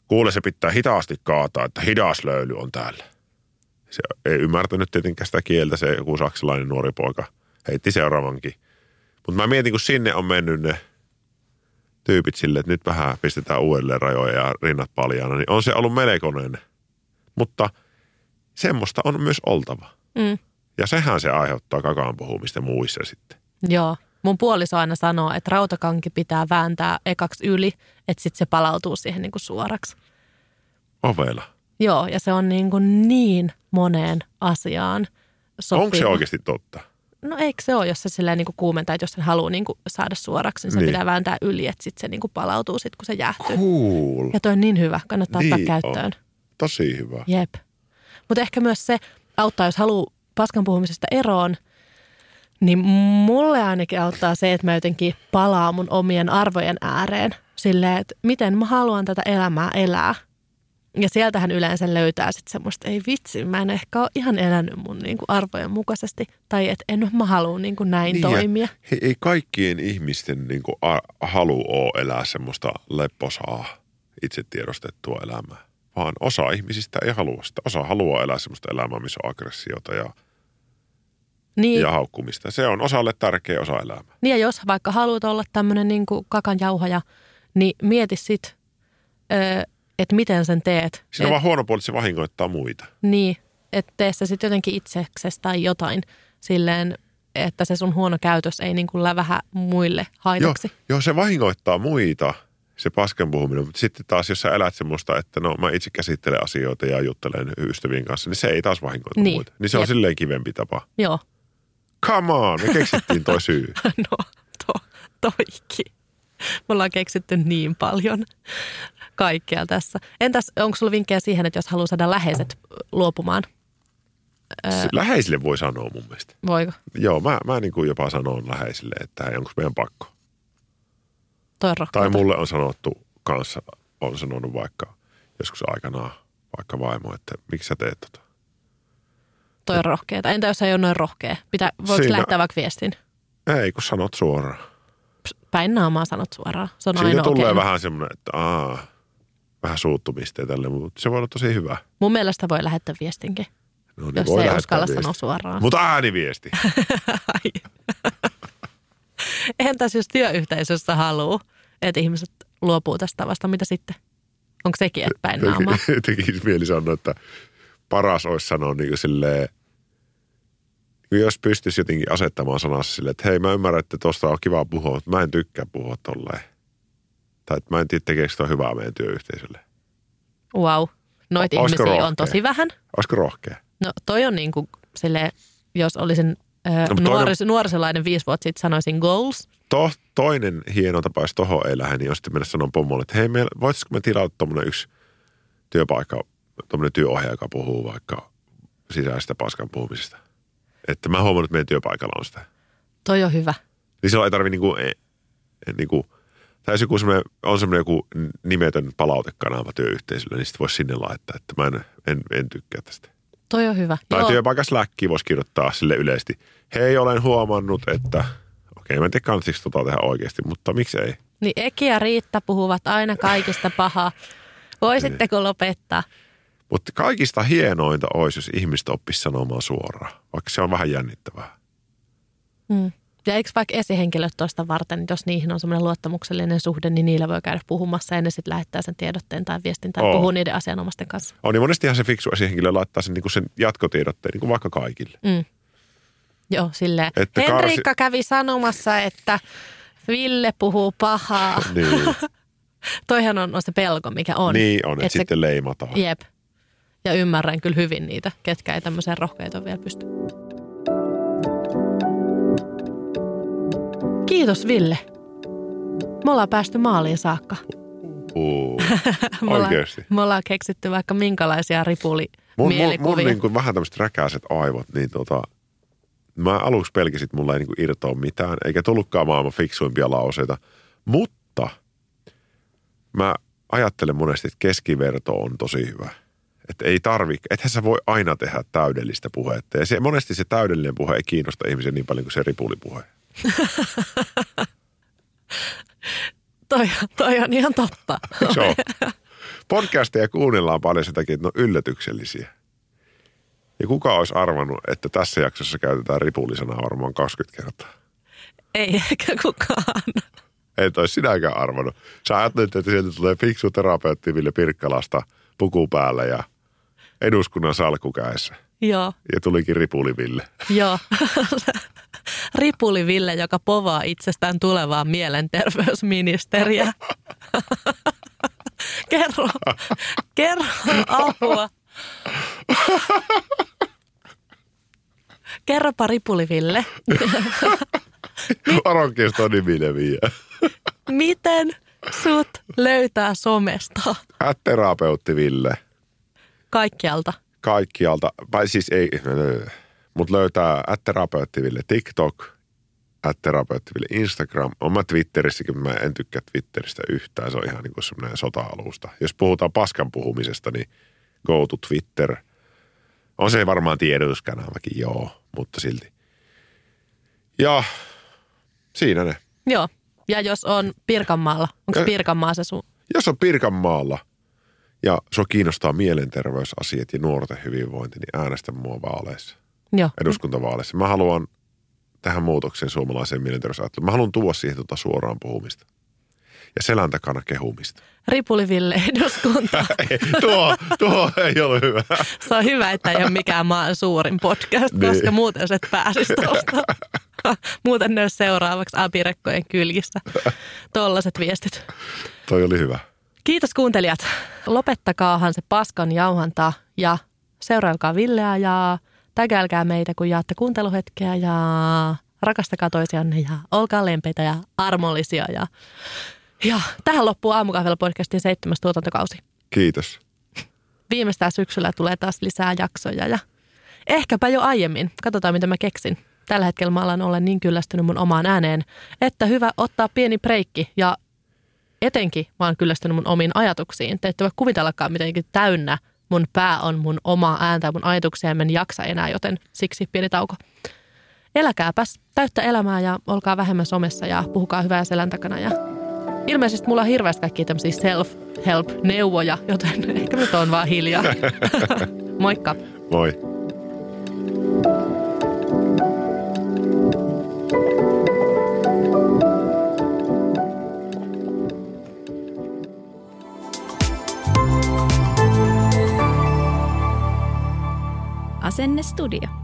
kuule se pitää hitaasti kaataa, että hidas löyly on täällä. Se ei ymmärtänyt tietenkään sitä kieltä, se joku saksalainen nuori poika heitti seuraavankin. Mutta mä mietin, kun sinne on mennyt ne tyypit silleen, että nyt vähän pistetään uudelleen rajoja ja rinnat paljaana, niin on se ollut melkoinen. Mutta semmoista on myös oltava. Mm. Ja sehän se aiheuttaa kakaan puhumista muissa sitten. Joo. Mun puoliso aina sanoo, että rautakanki pitää vääntää ekaksi yli, että sitten se palautuu siihen niin kuin suoraksi. Ovela. Joo, ja se on niin, kuin niin moneen asiaan sopiva. Onko se oikeasti totta? No eikö se ole, jos se silleen niin kuin kuumentaa, että jos sen haluaa niin kuin saada suoraksi, niin se niin. pitää vääntää yli, että sitten se niin kuin palautuu sitten, kun se jäähtyy. Cool. Ja toi on niin hyvä, kannattaa niin ottaa käyttöön. On. Tosi hyvä. Jep. Mutta ehkä myös se auttaa, jos haluaa paskan puhumisesta eroon, niin mulle ainakin auttaa se, että mä jotenkin palaan mun omien arvojen ääreen silleen, että miten mä haluan tätä elämää elää. Ja sieltähän yleensä löytää sitten semmoista, ei vitsi, mä en ehkä ole ihan elänyt mun niinku arvojen mukaisesti. Tai että en mä halua niinku näin niin, toimia. He, ei kaikkien ihmisten niinku a- halu ole elää semmoista lepposaa, itse tiedostettua elämää. Vaan osa ihmisistä ei halua sitä. Osa haluaa elää semmoista elämää, missä on aggressiota ja, niin. ja haukkumista. Se on osalle tärkeä osa elämää. Niin ja jos vaikka haluat olla tämmöinen niinku kakanjauhaja, niin mieti sit, öö, että miten sen teet. Siinä on vaan huono puoli, että se vahingoittaa muita. Niin, että tee sä sitten jotenkin itseksesi tai jotain silleen, että se sun huono käytös ei niinku lävähä muille haitaksi. Joo, joo, se vahingoittaa muita, se paskan puhuminen. Mutta sitten taas, jos sä elät semmoista, että no mä itse käsittelen asioita ja juttelen ystävien kanssa, niin se ei taas vahingoita niin. muita. Niin se Jep. on silleen kivempi tapa. Joo. Come on, me keksittiin toi syy. no, to, toikin. Me ollaan keksitty niin paljon kaikkea tässä. Entäs, onko sulla vinkkejä siihen, että jos haluaa saada läheiset luopumaan? Öö, läheisille voi sanoa mun mielestä. Voiko? Joo, mä, mä niin kuin jopa sanon läheisille, että hei, onko meidän pakko? Toi on rohkeata. Tai mulle on sanottu kanssa, on sanonut vaikka joskus aikanaan vaikka vaimo, että miksi sä teet tota? Toi on rohkeata. Entä jos ei ole noin rohkea? Pitää, voiko Siinä, lähettää vaikka viestin? Ei, kun sanot suoraan. Päin naamaa sanot suoraan. Se on Siitä ainoa tulee keino. vähän semmoinen, että aah, vähän suuttumista tälle, mutta se voi olla tosi hyvä. Mun mielestä voi lähettää viestinkin, no, niin jos ei uskalla viesti. sanoa suoraan. Mutta ääniviesti. Entäs jos työyhteisössä haluaa, että ihmiset luopuu tästä tavasta, mitä sitten? Onko sekin, että päin naamaa? Tekisi mieli sanoa, että paras olisi sanoa niin kuin silleen, jos pystyisi jotenkin asettamaan sanassa silleen, että hei, mä ymmärrän, että tuosta on kiva puhua, mutta mä en tykkää puhua tolleen. Tai että mä en tiedä, tekeekö sitä hyvää meidän työyhteisölle. Wow. Noita o, ihmisiä rohkea? On tosi vähän. Olisiko rohkea? No toi on niin kuin silleen, jos olisin äh, no, nuoris, toinen, nuorisolainen viisi vuotta sitten sanoisin goals. To, toinen hieno tapa, jos tohon ei lähde, niin on sitten mennä sanomaan pommolle, että hei, me, voitaisiko me tilata tommonen yksi työpaikka, tommonen työohjaaja, joka puhuu vaikka sisäistä paskan puhumisesta. Että mä huomannut, että meidän työpaikalla on sitä. Toi on hyvä. Niin silloin ei tarvitse niinku, niinku, tai jos joku semmoinen, on semmoinen joku nimetön palautekanava työyhteisöllä, niin sitten voisi sinne laittaa, että mä en, en, en tykkää tästä. Toi on hyvä. Tai Joo. työpaikan Slackiin voisi kirjoittaa sille yleisesti. Hei, olen huomannut, että, okei, mä en tiedä kannattiko tota tehdä oikeasti, mutta miksi ei? Niin Eki ja Riitta puhuvat aina kaikista pahaa. Voisitteko lopettaa? Mutta kaikista hienointa olisi, jos ihmiset oppisi sanomaan suoraan, vaikka se on vähän jännittävää. Hmm. Ja eikö vaikka esihenkilöt tuosta varten, jos niihin on semmoinen luottamuksellinen suhde, niin niillä voi käydä puhumassa ja ne sitten lähettää sen tiedotteen tai viestin tai puhuu niiden asianomaisten kanssa. On, niin monestihan se fiksu esihenkilö laittaa sen, niin kuin sen jatkotiedotteen niin kuin vaikka kaikille. Mm. Joo, silleen. Että Henriikka karsi... kävi sanomassa, että Ville puhuu pahaa. Niin. Toihan on, on se pelko, mikä on. Niin on, että et sitten se... leimataan. Jep. Ja ymmärrän kyllä hyvin niitä, ketkä ei tämmöiseen rohkeita vielä pysty. Kiitos Ville. Me ollaan päästy maaliin saakka. Uh, me, ollaan, oikeasti. me ollaan keksitty vaikka minkälaisia ripuli-mielikuvia. Mun, mun, mun niin kuin vähän tämmöiset räkäiset aivot, niin tota, mä aluksi pelkäsin, että mulla ei niin kuin irtoa mitään, eikä tullutkaan maailman fiksuimpia lauseita. Mutta mä ajattelen monesti, että keskiverto on tosi hyvä. Että ei tarvi, ethän sä voi aina tehdä täydellistä puhetta. Ja se, monesti se täydellinen puhe ei kiinnosta ihmisiä niin paljon kuin se ripulipuhe. toi, toi on ihan totta. Joo. Podcasteja kuunnellaan paljon sen takia, että ne on yllätyksellisiä. Ja kuka olisi arvannut, että tässä jaksossa käytetään ripullisanaa varmaan kaksikymmentä kertaa? Ei ehkä kukaan. Ei olisi sinäkään arvannut. Sä ajattelit, että sieltä tulee fiksu terapeutti Ville Pirkkalasta puku päällä ja eduskunnan salkku kädessä. Joo. Ja tulikin Ripuli Ville. Joo. Ripuli Ville, joka povaa itsestään tulevaa mielenterveysministeriä. Kerro, kerro apua. Kerropa Ripuli Ville. Varonkiesto on nimi leviää. Miten sut löytää somesta? Terapeutti Ville. Kaikkialta. Kaikkialta. Tai siis ei, mutta löytää terapeutti Ville TikTok, terapeutti Ville Instagram. On mä Twitterissäkin, mä en tykkää Twitteristä yhtään. Se on ihan niin kuin semmoinen sota-alusta. Jos puhutaan paskan puhumisesta, niin go to Twitter. On se varmaan tiedotuskanavakin, joo, mutta silti. Ja siinä ne. Joo. Ja jos on Pirkanmaalla, onko Pirkanmaa se sun? Jos on Pirkanmaalla ja sua kiinnostaa mielenterveysasiat ja nuorten hyvinvointi, niin äänestä mua vaaleissa. Joo. Eduskuntavaaleissa. Mä haluan tähän muutokseen suomalaiseen mielenterveysajatteluun. Mä haluan tuoda siihen tuota suoraan puhumista. Ja selän takana kehumista. Ripuli Ville eduskunta. tuo, tuo ei ole hyvä. Se on hyvä, että ei ole mikään maan suurin podcast, niin. Koska muuten sä et pääsisi tuosta. Muuten ne olisi seuraavaksi apirekkojen kyljissä. Tollaiset viestit. Toi oli hyvä. Kiitos kuuntelijat. Lopettakaahan se paskan jauhanta ja seurailkaa Villeä ja tägälkää meitä, kun jaatte kuunteluhetkeä ja rakastakaa toisianne ja olkaa lempeitä ja armollisia. Ja, ja tähän loppuu Aamukahvela-podcastin seitsemäs tuotantokausi. Kiitos. Viimeistään syksyllä tulee taas lisää jaksoja ja ehkäpä jo aiemmin. Katsotaan, mitä mä keksin. Tällä hetkellä mä alan olla niin kyllästynyt mun omaan ääneen, että hyvä ottaa pieni breikki ja etenkin mä oon kyllästynyt mun omiin ajatuksiin. Te ette voi kuvitellakaan, miten täynnä mun pää on mun omaa ääntä ja mun ajatuksia, en jaksa enää, joten siksi pieni tauko. Eläkääpäs täyttä elämää ja olkaa vähemmän somessa ja puhukaa hyvää selän takana. Ja ilmeisesti mulla on hirveästi kaikkia tämmöisiä self-help-neuvoja, joten ehkä nyt on vaan hiljaa. Moikka. Moi. Asenne Studio.